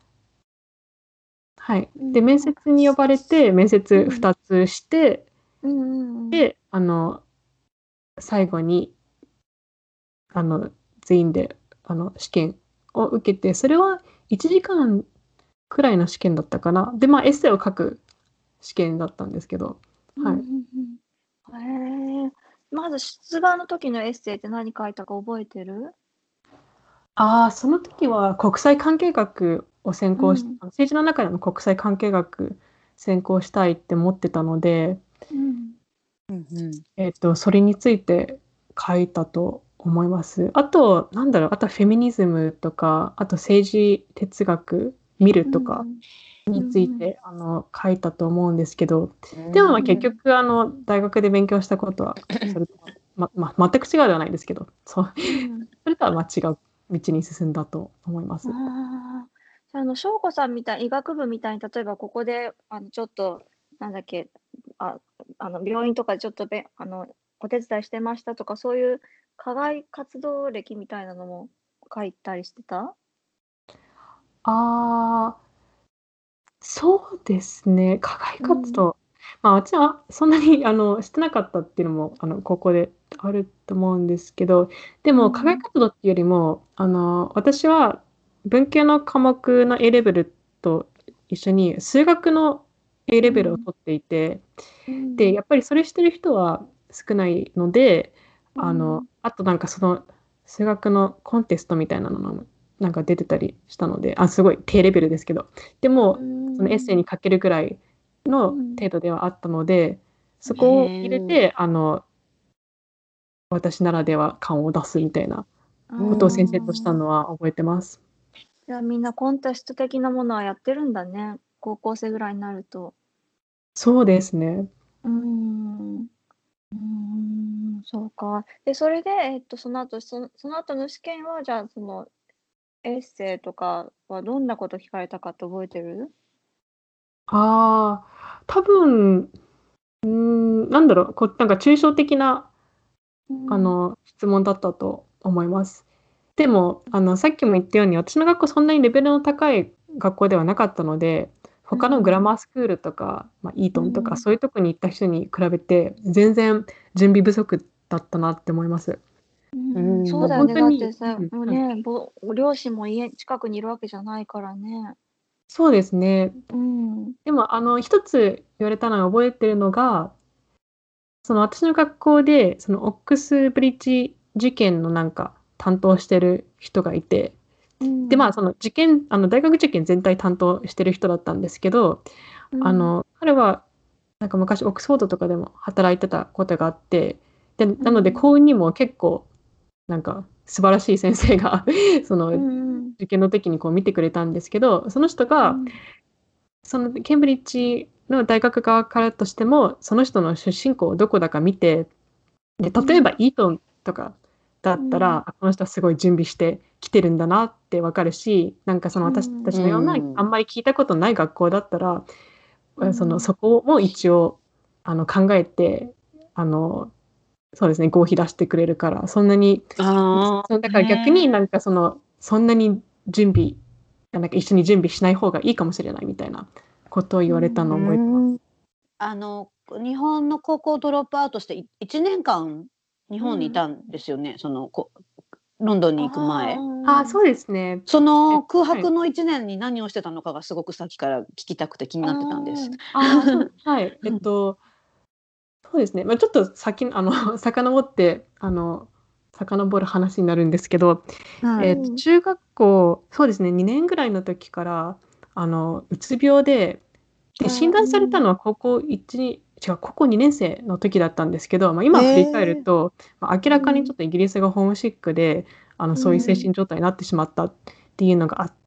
で面接に呼ばれて面接2つして、で最後に全員で試験を受けてそれは1時間くらいの試験だったかな。でエッセイを書く試験だったんですけど、 まず出願の時のエッセイって何書いたか覚えてる？ その時は国際関係学を専攻し、政治の中でも国際関係学専攻したいって思ってたので、それについて書いたと思います。あとフェミニズムとかあと政治哲学見るとかについて書いたと思うんですけど、でも結局大学で勉強したことはそれと全く違うではないですけどそれとは違う道に進んだと思います。 翔子さんみたい医学部みたいに例えばここでちょっと病院とかでちょっとお手伝いしてましたとかそういう課外活動歴みたいなのも書いたりしてた？ そうですね。課外活動。私はそんなにしてなかったっていうのも高校であると思うんですけど、でも課外活動っていうよりも私は文系の科目の A レベルと一緒に数学の A レベルを取っていて、でやっぱりそれしてる人は少ないので、あとその数学のコンテストみたいなのなんか出てたりしたので、すごい低レベルですけど、でもそのエッセイに書けるくらいの程度ではあったので、そこを入れて私ならでは感を出すみたいなことを先生としたのは覚えてます。 じゃあみんなコンテスト的なものはやってるんだね。高校生ぐらいになると。 そうですね。 そうか。で、それで、その後の試験は、じゃあ、その、エッセイとかはどんなこと聞かれたかって覚えてる？ 多分、なんだろう、なんか抽象的な質問だったと思います。でもさっきも言ったように、私の学校そんなにレベルの高い学校ではなかったので、他のグラマースクールとか、イートンとか、そういうとこに行った人に比べて全然準備不足だったなって思います。 そうだよね。だってさ、 はい。 もうね、両親も家近くにいるわけじゃないからね。 そうですね。でも一つ言われたのを覚えてるのが、その私の学校でそのオックスブリッジ受験のなんか担当してる人がいて、でその大学受験全体担当してる人だったんですけど、彼はなんか昔オックスフォードとかでも働いてたことがあって、でなので幸運にも結構なんか素晴らしい先生がその受験の時にこう見てくれたんですけど、その人がそのケンブリッジの大学側からとしてもその人の出身校どこだか見て、で例えばイートンとかだったら、この人はすごい準備してきてるんだなってわかるし、なんかその私たちのようなあんまり聞いたことない学校だったら、そこも一応考えてそうですね、合否出してくれるから、そんなにだから逆になんかそんなになんか一緒に準備しない方がいいかもしれないみたいなことを言われたのを覚えてます。 日本の高校ドロップアウトして1年間日本にいたんですよね、ロンドンに行く前。 そうですね。 その空白の1年に何をしてたのかがすごくさっきから聞きたくて気になってたんです。 はい。そうですね。ちょっと遡って遡る話になるんですけど、中学校そうですね2年ぐらいの時からうつ病で診断されたのは高校2年生の時だったんですけど、今振り返ると、明らかにちょっとイギリスがホームシックでそういう精神状態になってしまったっていうのがあって、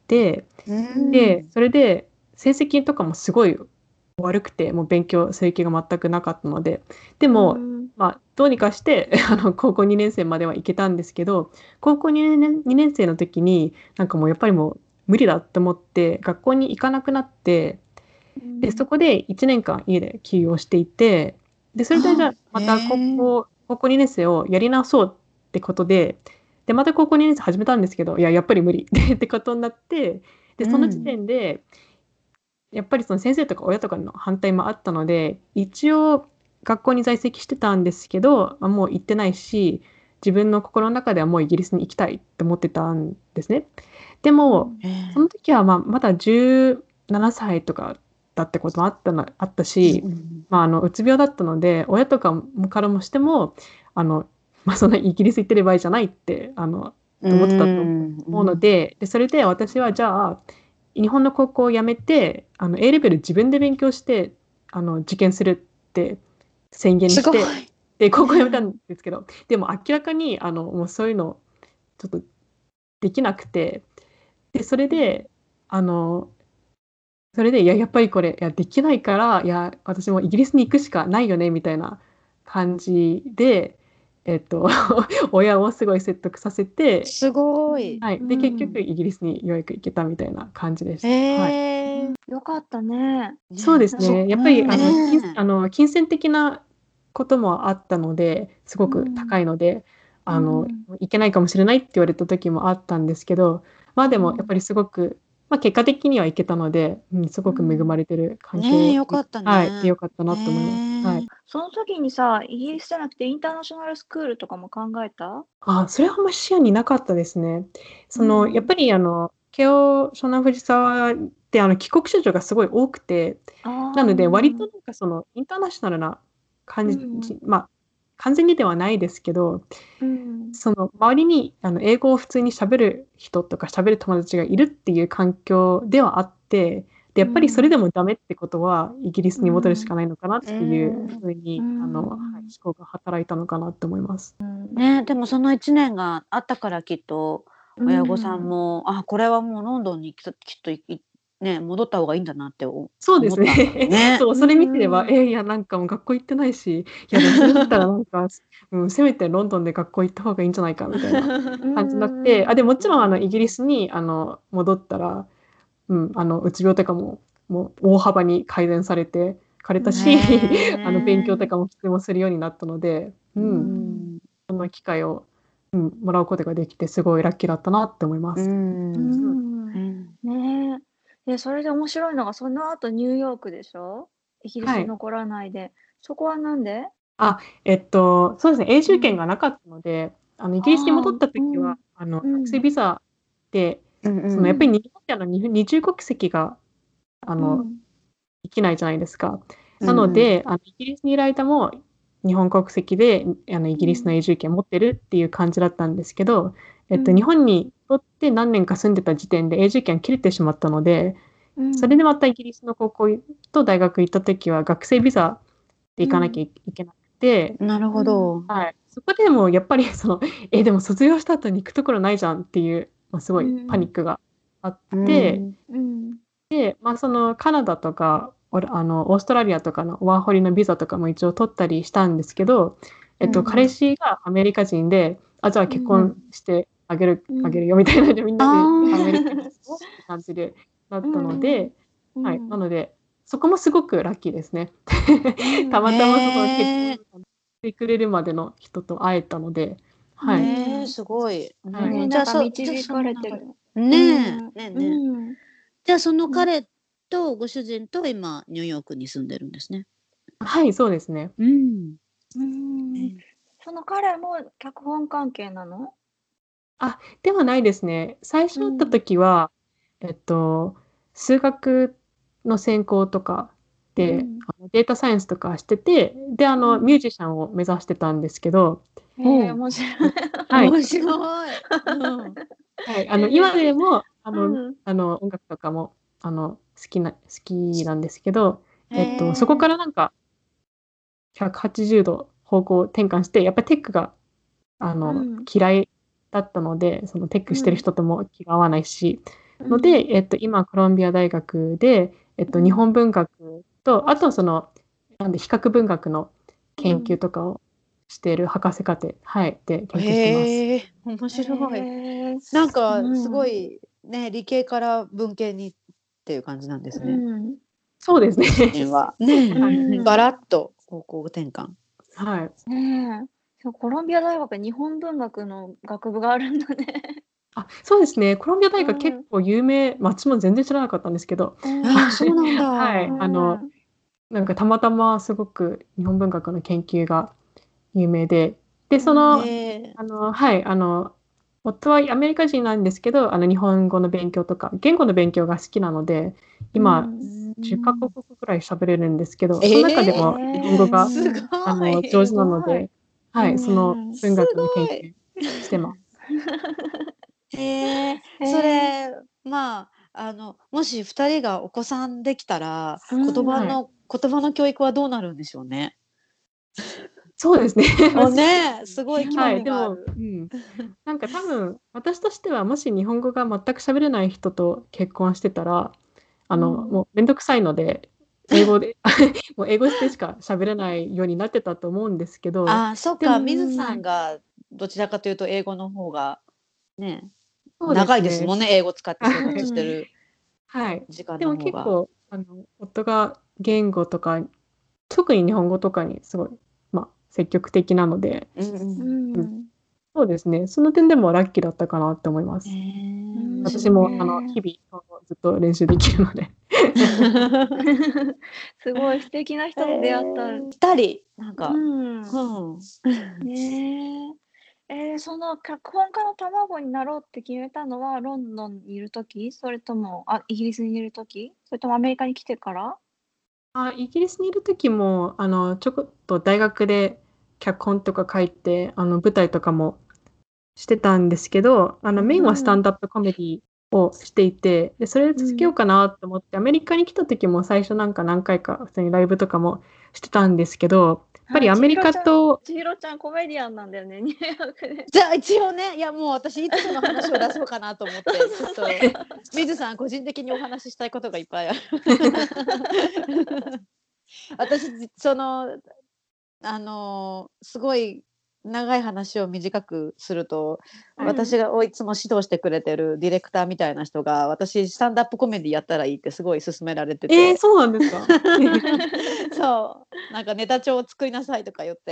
でそれで成績とかもすごい悪くて、もう勉強する気が全くなかったので、でも、どうにかして高校2年生までは行けたんですけど、高校2年生の時になんかもうやっぱりもう無理だと思って学校に行かなくなって、でそこで1年間家で休養していて、でそれでじゃあまた高校2年生をやり直そうってことで、また高校2年生始めたんですけど、やっぱり無理ってことになって、でその時点で、やっぱりその先生とか親とかの反対もあったので、一応学校に在籍してたんですけど、もう行ってないし、自分の心の中ではもうイギリスに行きたいって思ってたんですね。でも、その時はまだ17歳とかだってこともあったし、うつ病だったので、親とかからもしてもそんなイギリス行ってる場合じゃないって思ってたと思うので、それで私はじゃあ日本の高校を辞めてA レベル自分で勉強して受験するって宣言して、で高校辞めたんですけど、でも明らかにもうそういうのちょっとできなくて、でそれでやっぱりこれできないから、私もイギリスに行くしかないよねみたいな感じで、親をすごい説得させて、 すごい。 で結局イギリスにようやく行けたみたいな感じでした。 よかったね。 そうですね。やっぱり金銭的なこともあったので、すごく高いので、行けないかもしれないって言われた時もあったんですけど、でもやっぱりすごく結果的には行けたので、すごく恵まれてる環境で、 よかったね。 よかったなと思います。 その時にさ、イギリスじゃなくてインターナショナルスクールとかも考えた？ それはあんまり視野になかったですね。やっぱり慶応湘南藤沢って帰国子女がすごい多くて、なので割となんかインターナショナルな感じ、 完全にではないですけど、 うんその周りに英語を普通に喋る人とか喋る友達がいるっていう環境ではあって、でやっぱりそれでもダメってことはイギリスに戻るしかないのかなっていうふうに、思考が働いたのかなって思います。 ね、でもその1年があったからきっと親御さんも、これはもうロンドンにきっとね、戻った方がいいんだなってそうです思ったんだろうね。 ね。 そう、それ見てれば、いや、なんかもう学校行ってないし、いや、でもそれだったらなんか、せめてロンドンで学校行った方がいいんじゃないかみたいな感じになって、でもちろんイギリスに戻ったら、うつ病とかもう大幅に改善されたし、勉強とかもとてもするようになったので、その機会を、もらうことができてすごいラッキーだったなって思います。 ねえ。で、それで面白いのが、その後ニューヨークでしょ？イギリスに残らないで。そこはなんで？ そうですね、永住権がなかったので、イギリスに戻った時は、学生ビザで、やっぱり日本って二重国籍ができないじゃないですか。なので、イギリスにいる間も日本国籍でイギリスの永住権持ってるっていう感じだったんですけど、日本にとって何年か住んでた時点で永住権切れてしまったので、それでまたイギリスの高校と大学行った時は学生ビザで行かなきゃいけなくて、 なるほど。 そこでもやっぱりでも卒業した後に行くところないじゃんっていう、すごいパニックがあって、で、そのカナダとかオーストラリアとかのワーホリのビザとかも一応取ったりしたんですけど、彼氏がアメリカ人で、じゃあ結婚してあげるよみたいなので、みんなでアメリカに行く感じでなったので、なのでそこもすごくラッキーですね。たまたまその結婚してくれるまでの人と会えたので、 すごい。 じゃあ導かれてる。 じゃあその彼とご主人と今ニューヨークに住んでるんですね。 はい、そうですね。 その彼も脚本関係なの？ ではないですね。最初会った時は、数学の専攻とかで、データサイエンスとかしてて、で、ミュージシャンを目指してたんですけど、 面白い。 面白い。 今でも音楽とかも好きなんですけど、そこからなんか180度方向転換して、やっぱりテックが嫌いだったので、そのテックしてる人とも気が合わないし、ので、今コロンビア大学で、日本文学と、あと比較文学の研究とかをしている博士課程、で研究してます。面白い。なんかすごいね、理系から文系にっていう感じなんですね。 そうですね。 ガラッと方向転換。 コロンビア大学日本文学の学部があるんだね。 そうですね。コロンビア大学結構有名、私も全然知らなかったんですけど、 そうなんだ。 なんかたまたますごく日本文学の研究が有名で、夫はアメリカ人なんですけど、日本語の勉強とか言語の勉強が好きなので、今10カ国ぐらい喋れるんですけど、その中でも日本語が上手なので、その文学の研究してます。 それもし2人がお子さんできたら、言葉の教育はどうなるんでしょうね。 そうですね。 すごい興味がある。 なんか多分私としてはもし日本語が全く喋れない人と結婚してたら、もうめんどくさいので英語でもう英語でしか喋れないようになってたと思うんですけど、 そっか、水さんがどちらかというと英語の方がね、長いですもんね、英語使って生活してる時間の方が。 でも結構夫が言語とか特に日本語とかにすごい積極的なので、そうですね。その点でもラッキーだったかなって思います。私も日々ずっと練習できるので。 すごい素敵な人と出会った 2人なんか。 その脚本家の卵になろうって決めたのはロンドンにいる時、それともイギリスにいる時、それともアメリカに来てから？ イギリスにいる時もちょこっと大学で脚本とか書いて舞台とかもしてたんですけど、メインはスタンダップコメディをしていて、でそれで続けようかなと思って、アメリカに来た時も最初何回か普通にライブとかもしてたんですけど、やっぱりアメリカと千尋ちゃんコメディアンなんだよね、ニューヨークで。 じゃあ一応ね、いやもう私いつもの話を出そうかなと思ってちょっと水さん個人的にお話ししたいことがいっぱいある。私すごい長い話を短くすると、私がいつも指導してくれてるディレクターみたいな人が、私スタンダップコメディやったらいいってすごい勧められてて、 そうなんですか。 そうなんかネタ帳を作りなさいとか言って、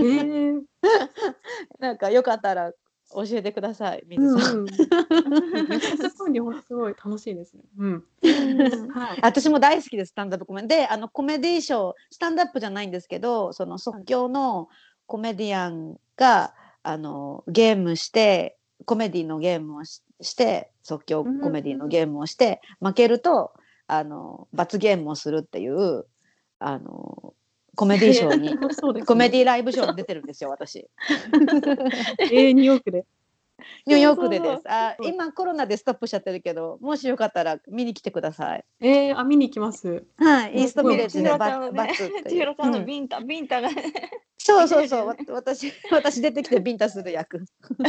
なんかよかったら教えてください、水さん。 ネタ帳にすごい楽しいですね。 はい、私も大好きです、スタンダップコメディで、コメディショー、スタンダップじゃないんですけど、その即興のコメディアンがゲームして、コメディのゲームをして即興コメディのゲームをして、負けると罰ゲームをするっていうコメディショーに、コメディライブショーに出てるんですよ、私。 ニューヨークで。 ニューヨークでです。今コロナでストップしちゃってるけど、もしよかったら見に来てください。 見に行きます。 はい、イーストビレッジでバツって千尋ちゃんのビンタがね。 そう私出てきてビンタする役。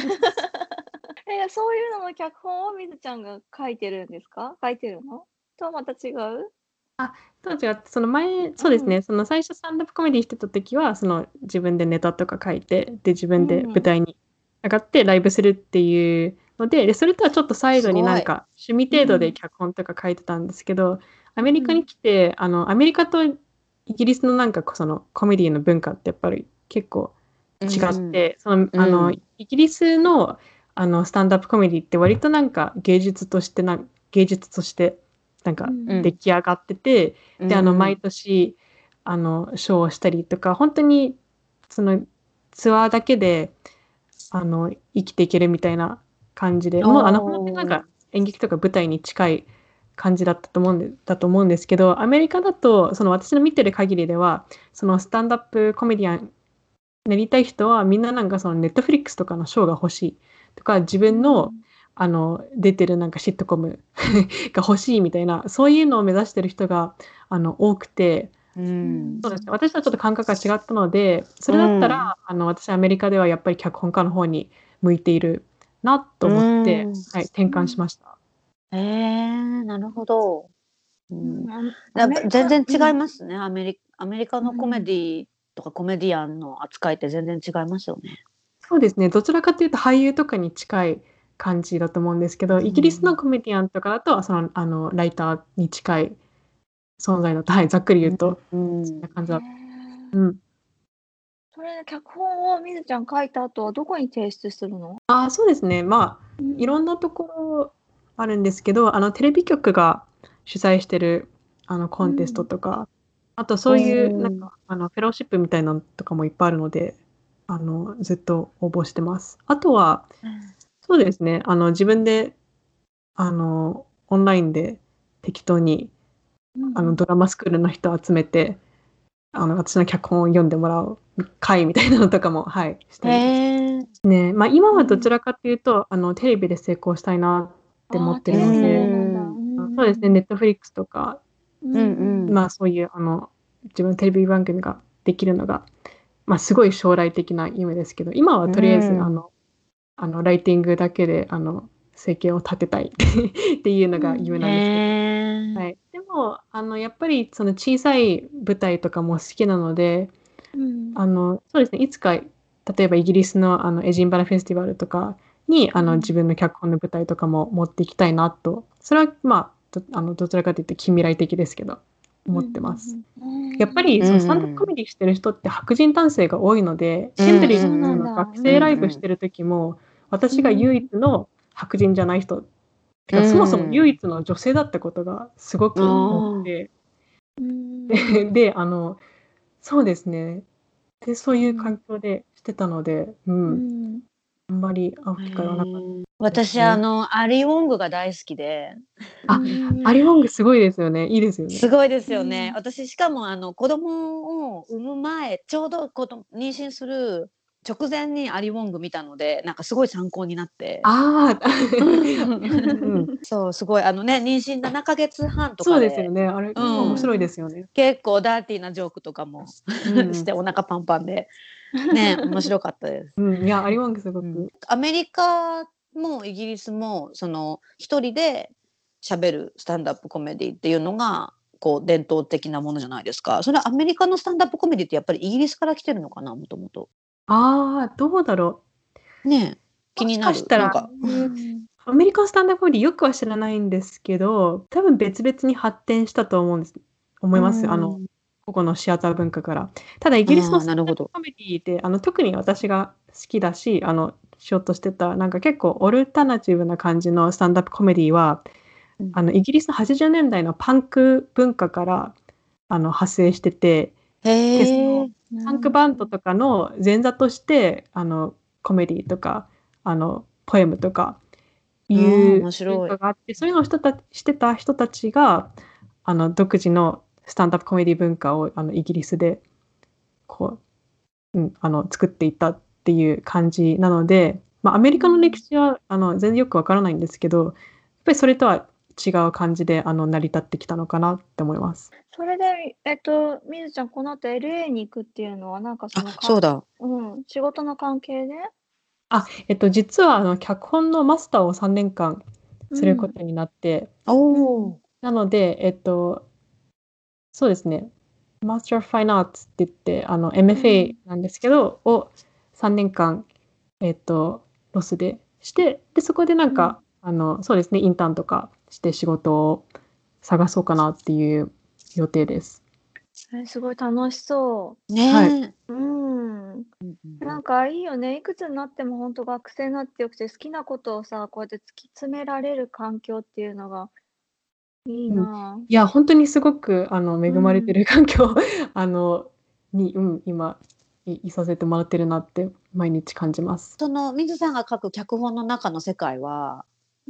そういうのの脚本を水ちゃんが書いてるんですか？書いてるの？とまた違う？ と違って、その前、そうですね、その最初スタンダップコメディしてた時は、自分でネタとか書いて、で自分で舞台に上がってライブするっていうので、それとはちょっとサイドになんか趣味程度で脚本とか書いてたんですけど、アメリカに来て、アメリカとイギリスのなんかそのコメディの文化ってやっぱり結構違って、イギリスのスタンダップコメディって割となんか芸術としてなんか出来上がってて、で毎年ショーをしたりとか、本当にそのツアーだけで生きていけるみたいな感じで、もう本当になんか演劇とか舞台に近い感じだと思うんですけど、アメリカだとその私の見てる限りでは、そのスタンダップコメディアンになりたい人はみんななんかそのネットフリックスとかのショーが欲しいとか、自分の出てるなんかシットコムが欲しいみたいな、そういうのを目指してる人が多くて、そうですね、私とはちょっと感覚が違ったので、それだったら、私アメリカではやっぱり脚本家の方に向いているなと思って、転換しました。 なるほど。全然違いますね、アメリカのコメディとかコメディアンの扱いって全然違いますよね。 そうですね、どちらかというと俳優とかに近い感じだと思うんですけど、イギリスのコメディアンとかだとライターに近い存在だと、ざっくり言うと、そんな感じだ。 それ脚本をみずちゃん書いた後はどこに提出するの？ そうですね、いろんなところあるんですけど、テレビ局が主催してるコンテストとか、あとそういうなんかフェローシップみたいなのとかもいっぱいあるので、ずっと応募してます。あとは、そうですね、自分でオンラインで適当にドラマスクールの人を集めて、私の脚本を読んでもらう会みたいなのとかも、したりですね。今はどちらかというと、テレビで成功したいなって思ってるので、そうですね、ネットフリックスとか、そういう自分のテレビ番組ができるのが、すごい将来的な夢ですけど、今はとりあえずライティングだけで生計を立てたいっていうのが夢なんですけど、でもやっぱりその小さい舞台とかも好きなので、そうですね、いつか例えばイギリスのエジンバラフェスティバルとかに自分の脚本の舞台とかも持っていきたいなと、それはどちらかというと近未来的ですけど思ってます。やっぱりそのスタンドアップコメディしてる人って白人男性が多いので、ケンブリッジの学生ライブしてる時も、私が唯一の白人じゃない人、そもそも唯一の女性だったことがすごく多くて、でそうですね、でそういう環境でしてたので、あんまり会う機会はなかった。 私、アリー・ウォングが大好きで。 あ、アリー・ウォングすごいですよね。いいですよね。 すごいですよね。私、しかも、子供を産む前、ちょうど妊娠する直前にアリ・ウォング見たので、なんかすごい参考になって。 ああ、 そう、すごい、妊娠7ヶ月半とそうかで。 ですよね。あれ、面白いですよね。 結構ダーティーなジョークとかもして、お腹パンパンで。ね、面白かったです。 いや、アリ・ウォングすごく。 アメリカもイギリスも一人で喋るスタンダップコメディっていうのがこう伝統的なものじゃないですか。それはアメリカのスタンダップコメディってやっぱりイギリスから来てるのかな、もともと。 ああ、どうだろう。ね、気になる。 もしかしたらアメリカンスタンダップコメディよくは知らないんですけど、多分別々に発展したと思います。ここのシアター文化から。ただイギリスのスタンダップコメディで特に私が好きだししようとしてたなんか結構オルタナティブな感じのスタンダップコメディはイギリスの80年代のパンク文化から派生してて、でそのパンクバンドとかの前座としてコメディとかポエムとかいう文化があって、そういうのをしてた人たちが独自のスタンダップコメディ文化をイギリスでこう、作っていったっていう感じなので、アメリカの歴史は全然よくわからないんですけど、やっぱりそれとは違う感じで成り立ってきたのかなって思います。 それでみずちゃんこの後 LA に行くっていうのはなんかそうだ、 仕事の関係で？ 実は脚本のマスターを3年間することになって、なのでそうですね、マスター・ファイン・アーツって言って、MFA なんですけど、を3年間、ロスでして、で、そこでなんか、そうですね、インターンとかして仕事を探そうかなっていう予定です。 すごい楽しそう。 ね。 はい。 なんかいいよね。いくつになっても本当学生になってよくて、好きなことをさ、こうやって突き詰められる環境っていうのがいいな。 いや、本当にすごく恵まれてる環境に、今いさせてもらってるなって毎日感じます。 その水さんが書く脚本の中の世界は、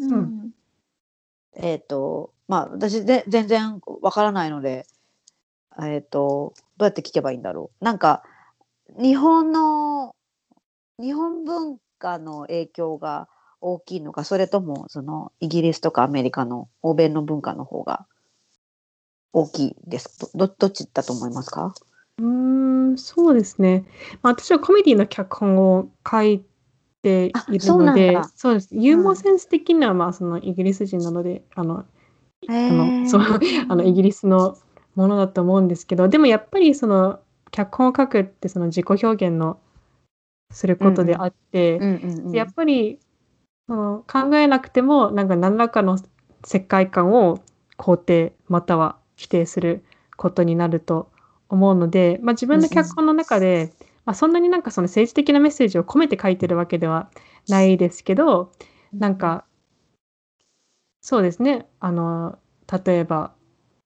私全然わからないので、どうやって聞けばいいんだろう。なんか日本文化の影響が大きいのか、それともイギリスとかアメリカの欧米の文化の方が大きいです。どっちだと思いますか？ そうですね。私はコメディの脚本を書いているので、そうです。ユーモアセンス的にはイギリス人なのでイギリスのものだと思うんですけど、でもやっぱり脚本を書くって自己表現のすることであって、やっぱり考えなくても何らかの世界観を肯定または否定することになると思うので、自分の脚本の中で、そんなに政治的なメッセージを込めて書いてるわけではないですけど、そうですね、例えば、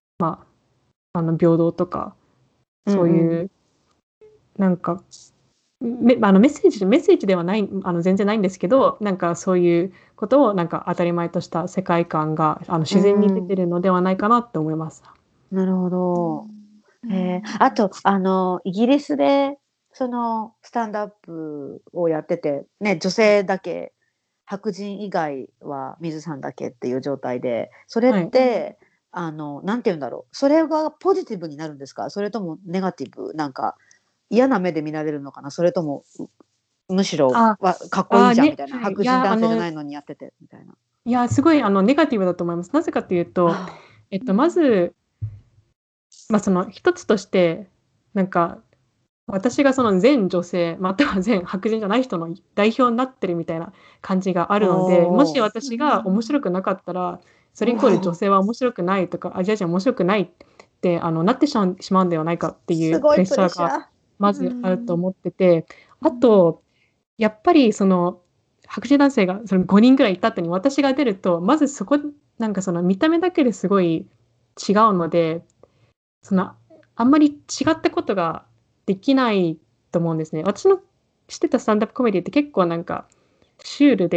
平等とかそういうメッセージではない全然ないんですけど、そういうことを当たり前とした世界観が自然に出てるのではないかなって思います。 なるほど。あとイギリスでスタンダップをやっててね、女性だけ、白人以外は水さんだけっていう状態で、それって、なんて言うんだろう、それがポジティブになるんですか？それともネガティブ、嫌な目で見られるのかな？それともむしろかっこいいじゃんみたいな、白人男性じゃないのにやっててみたいな。 いや、すごいネガティブだと思います。なぜかというと、まず一つとして私が全女性または全白人じゃない人の代表になってるみたいな感じがあるので、もし私が面白くなかったらそれイコール女性は面白くないとかアジア人は面白くないってなってしまうんではないかっていうプレッシャーがまずあると思ってて、あとやっぱり白人男性が5人ぐらいいた後に私が出ると、まずそこ見た目だけですごい違うので、あんまり違ったことができないと思うんですね。私のしてたスタンダップコメディって結構シュールで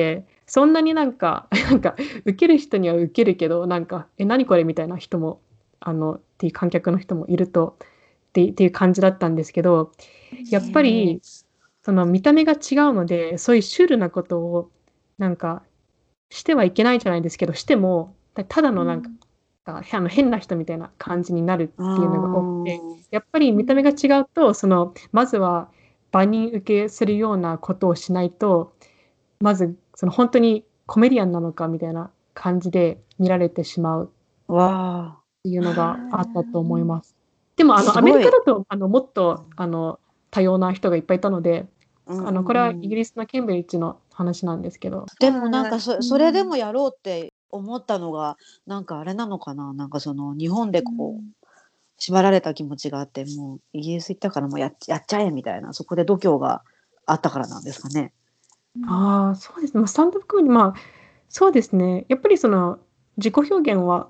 そんなになんか受ける人には受けるけどなんか何これみたいな人もっていう観客の人もいるとっていう感じだったんですけど、やっぱりその見た目が違うのでそういうシュールなことをなんかしてはいけないじゃないですけどしてもただのなんか、変な人みたいな感じになるっていうのが多くて、やっぱり見た目が違うとまずは万人受けするようなことをしないとまず本当にコメディアンなのかみたいな感じで見られてしまうっていうのがあったと思います。でもアメリカだともっと多様な人がいっぱいいたので、これはイギリスのケンブリッジの話なんですけど。 でもなんかそれでもやろうって思ったのがなんかあれなのかな、なんか日本でこう縛られた気持ちがあって、もうイギリス行ったからもうやっちゃえみたいな、そこで度胸があったからなんですかね。 そうですね。スタンドアップコメディ、そうですね。やっぱり自己表現は、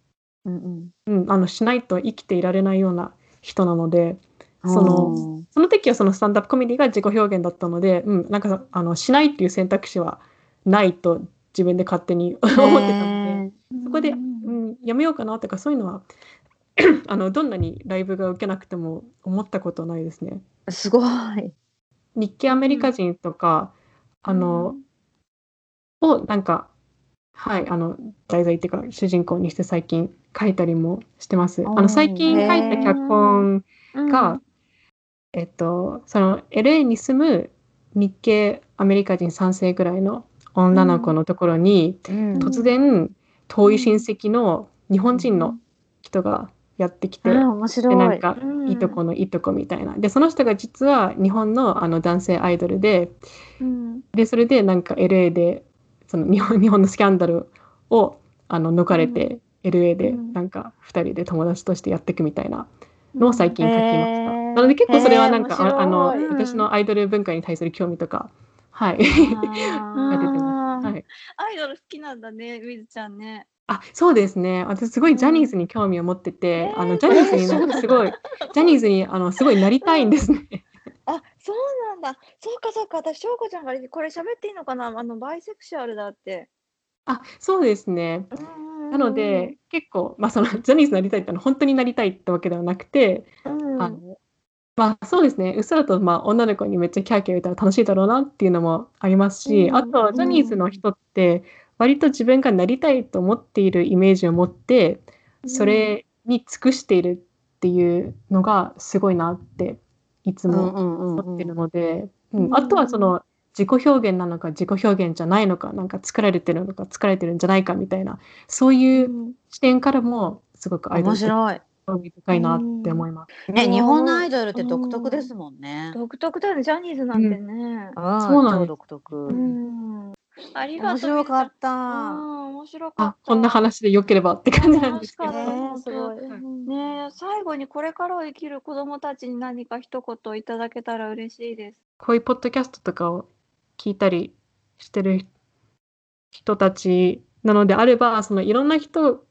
しないと生きていられないような人なので、その時はスタンドアップコメディが自己表現だったので、なんかしないっていう選択肢はないと自分で勝手に思ってたので、そこで、やめようかなとかそういうのはどんなにライブが受けなくても思ったことないですね。 すごい。 日系アメリカ人とか、をなんか題材っていうか主人公にして最近書いたりもしてます。最近書いた脚本が、LA に住む日系アメリカ人3世ぐらいの女の子のところに、突然遠い親戚の日本人の人がやってきて、 面白い。 でなんかいとこのいとこみたいな。でその人が実は日本の男性アイドルで、でそれでなんか LA で日本のスキャンダルを逃れて、LA でなんか2人で友達としてやっていくみたいなのを最近書きました。なので結構それはなんか、私のアイドル文化に対する興味とか、が出てます。 アイドル好きなんだね、みずちゃんね。 そうですね。私すごいジャニーズに興味を持ってて、ジャニーズにすごいすごいなりたいんですね。 そうなんだ。そうかそうか。私、翔子ちゃんがこれ喋っていいのかな、バイセクシュアルだって。 そうですね。なので結構ジャニーズになりたいって本当になりたいってわけではなくて、そうですね。うっすらと女の子にめっちゃキャーキャー言ったら楽しいだろうなっていうのもありますし、あとジャニーズの人って割と自分がなりたいと思っているイメージを持ってそれに尽くしているっていうのがすごいなっていつも思ってるので、あとは自己表現なのか自己表現じゃないのか、なんか作られてるのか作られてるんじゃないかみたいな、そういう視点からもすごくアイドルって興味深いなって思います。 ね、日本のアイドルって独特ですもんね。 独特だよね、ジャニーズなんてね。 そうなんです。 独特。 ありがとう。 面白かった。 面白かった。 こんな話でよければって感じなんですけど。 すごい。ね、最後にこれからを生きる子どもたちに何か一言いただけたら嬉しいです。 こういうポッドキャストとかを聞いたりしてる人たちなのであれば、いろんな人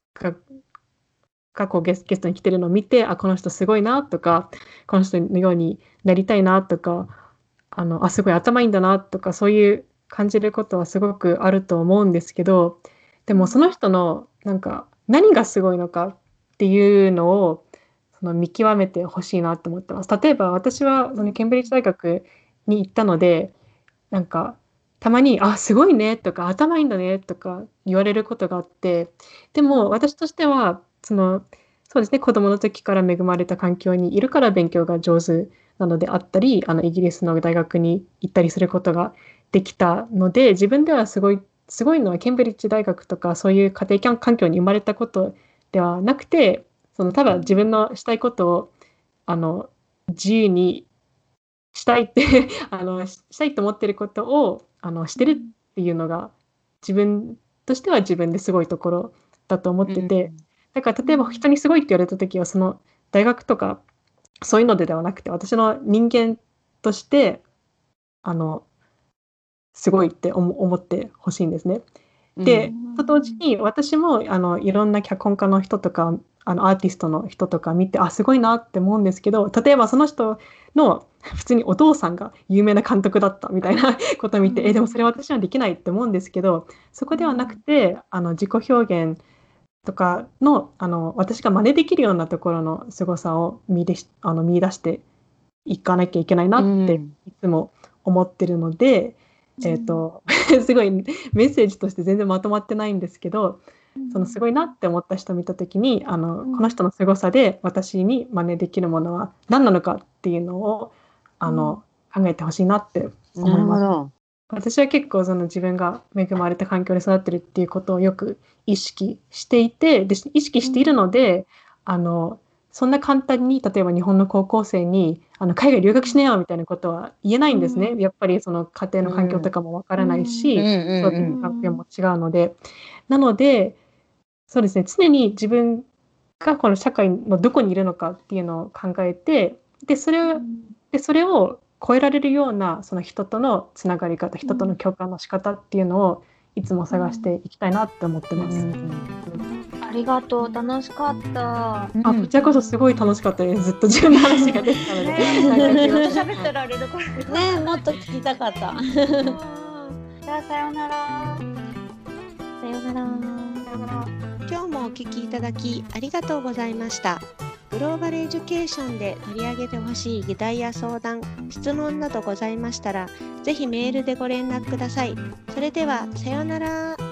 がこうゲストに来てるのを見て、この人すごいなとか、この人のようになりたいなとか、すごい頭いいんだなとか、そういう感じることはすごくあると思うんですけど、でもその人のなんか何がすごいのかっていうのを見極めてほしいなと思ってます。例えば私はケンブリッジ大学に行ったので、なんかたまにすごいねとか頭いいんだねとか言われることがあって、でも私としてはそうですね、子供の時から恵まれた環境にいるから勉強が上手なのであったり、イギリスの大学に行ったりすることができたので、自分ではすごいのはケンブリッジ大学とかそういう家庭環境に生まれたことではなくて、ただ自分のしたいことを自由にしたいってしたいと思ってることをしてるっていうのが自分としては自分ですごいところだと思ってて、だから例えば人にすごいって言われた時はその大学とかそういうのではなくて、私の人間としてすごいって思ってほしいんですね。で、と同時に私もいろんな脚本家の人とかアーティストの人とか見てすごいなって思うんですけど、例えばその人の普通にお父さんが有名な監督だったみたいなことを見て、でもそれは私にはできないって思うんですけど、そこではなくて自己表現とかの私が真似できるようなところの凄さを見出していかなきゃいけないなっていつも思ってるので、すごいメッセージとして全然まとまってないんですけど、そのすごいなって思った人を見た時にこの人の凄さで私に真似できるものは何なのかっていうのを考えてほしいなって思います。私は結構自分が恵まれた環境で育ってるっていうことをよく意識していて、で意識しているので、そんな簡単に例えば日本の高校生に海外留学しねよみたいなことは言えないんですね。やっぱりその家庭の環境とかもわからないし、そういう環境も違うので、なのでそうですね、常に自分がこの社会のどこにいるのかっていうのを考えて、でそれを超えられるようなその人とのつながり方、人との共感の仕方っていうのをいつも探していきたいなって思ってます。 ありがとう、楽しかった。 こちらこそすごい楽しかったです。ずっと自分の話ができたので。 ずっと喋ってられるからね、もっと聞きたかった。 じゃあさようなら。 さようなら。今日もお聞きいただきありがとうございました。グローバルエデュケーションで取り上げてほしい議題や相談、質問などございましたら、ぜひメールでご連絡ください。それではさようなら。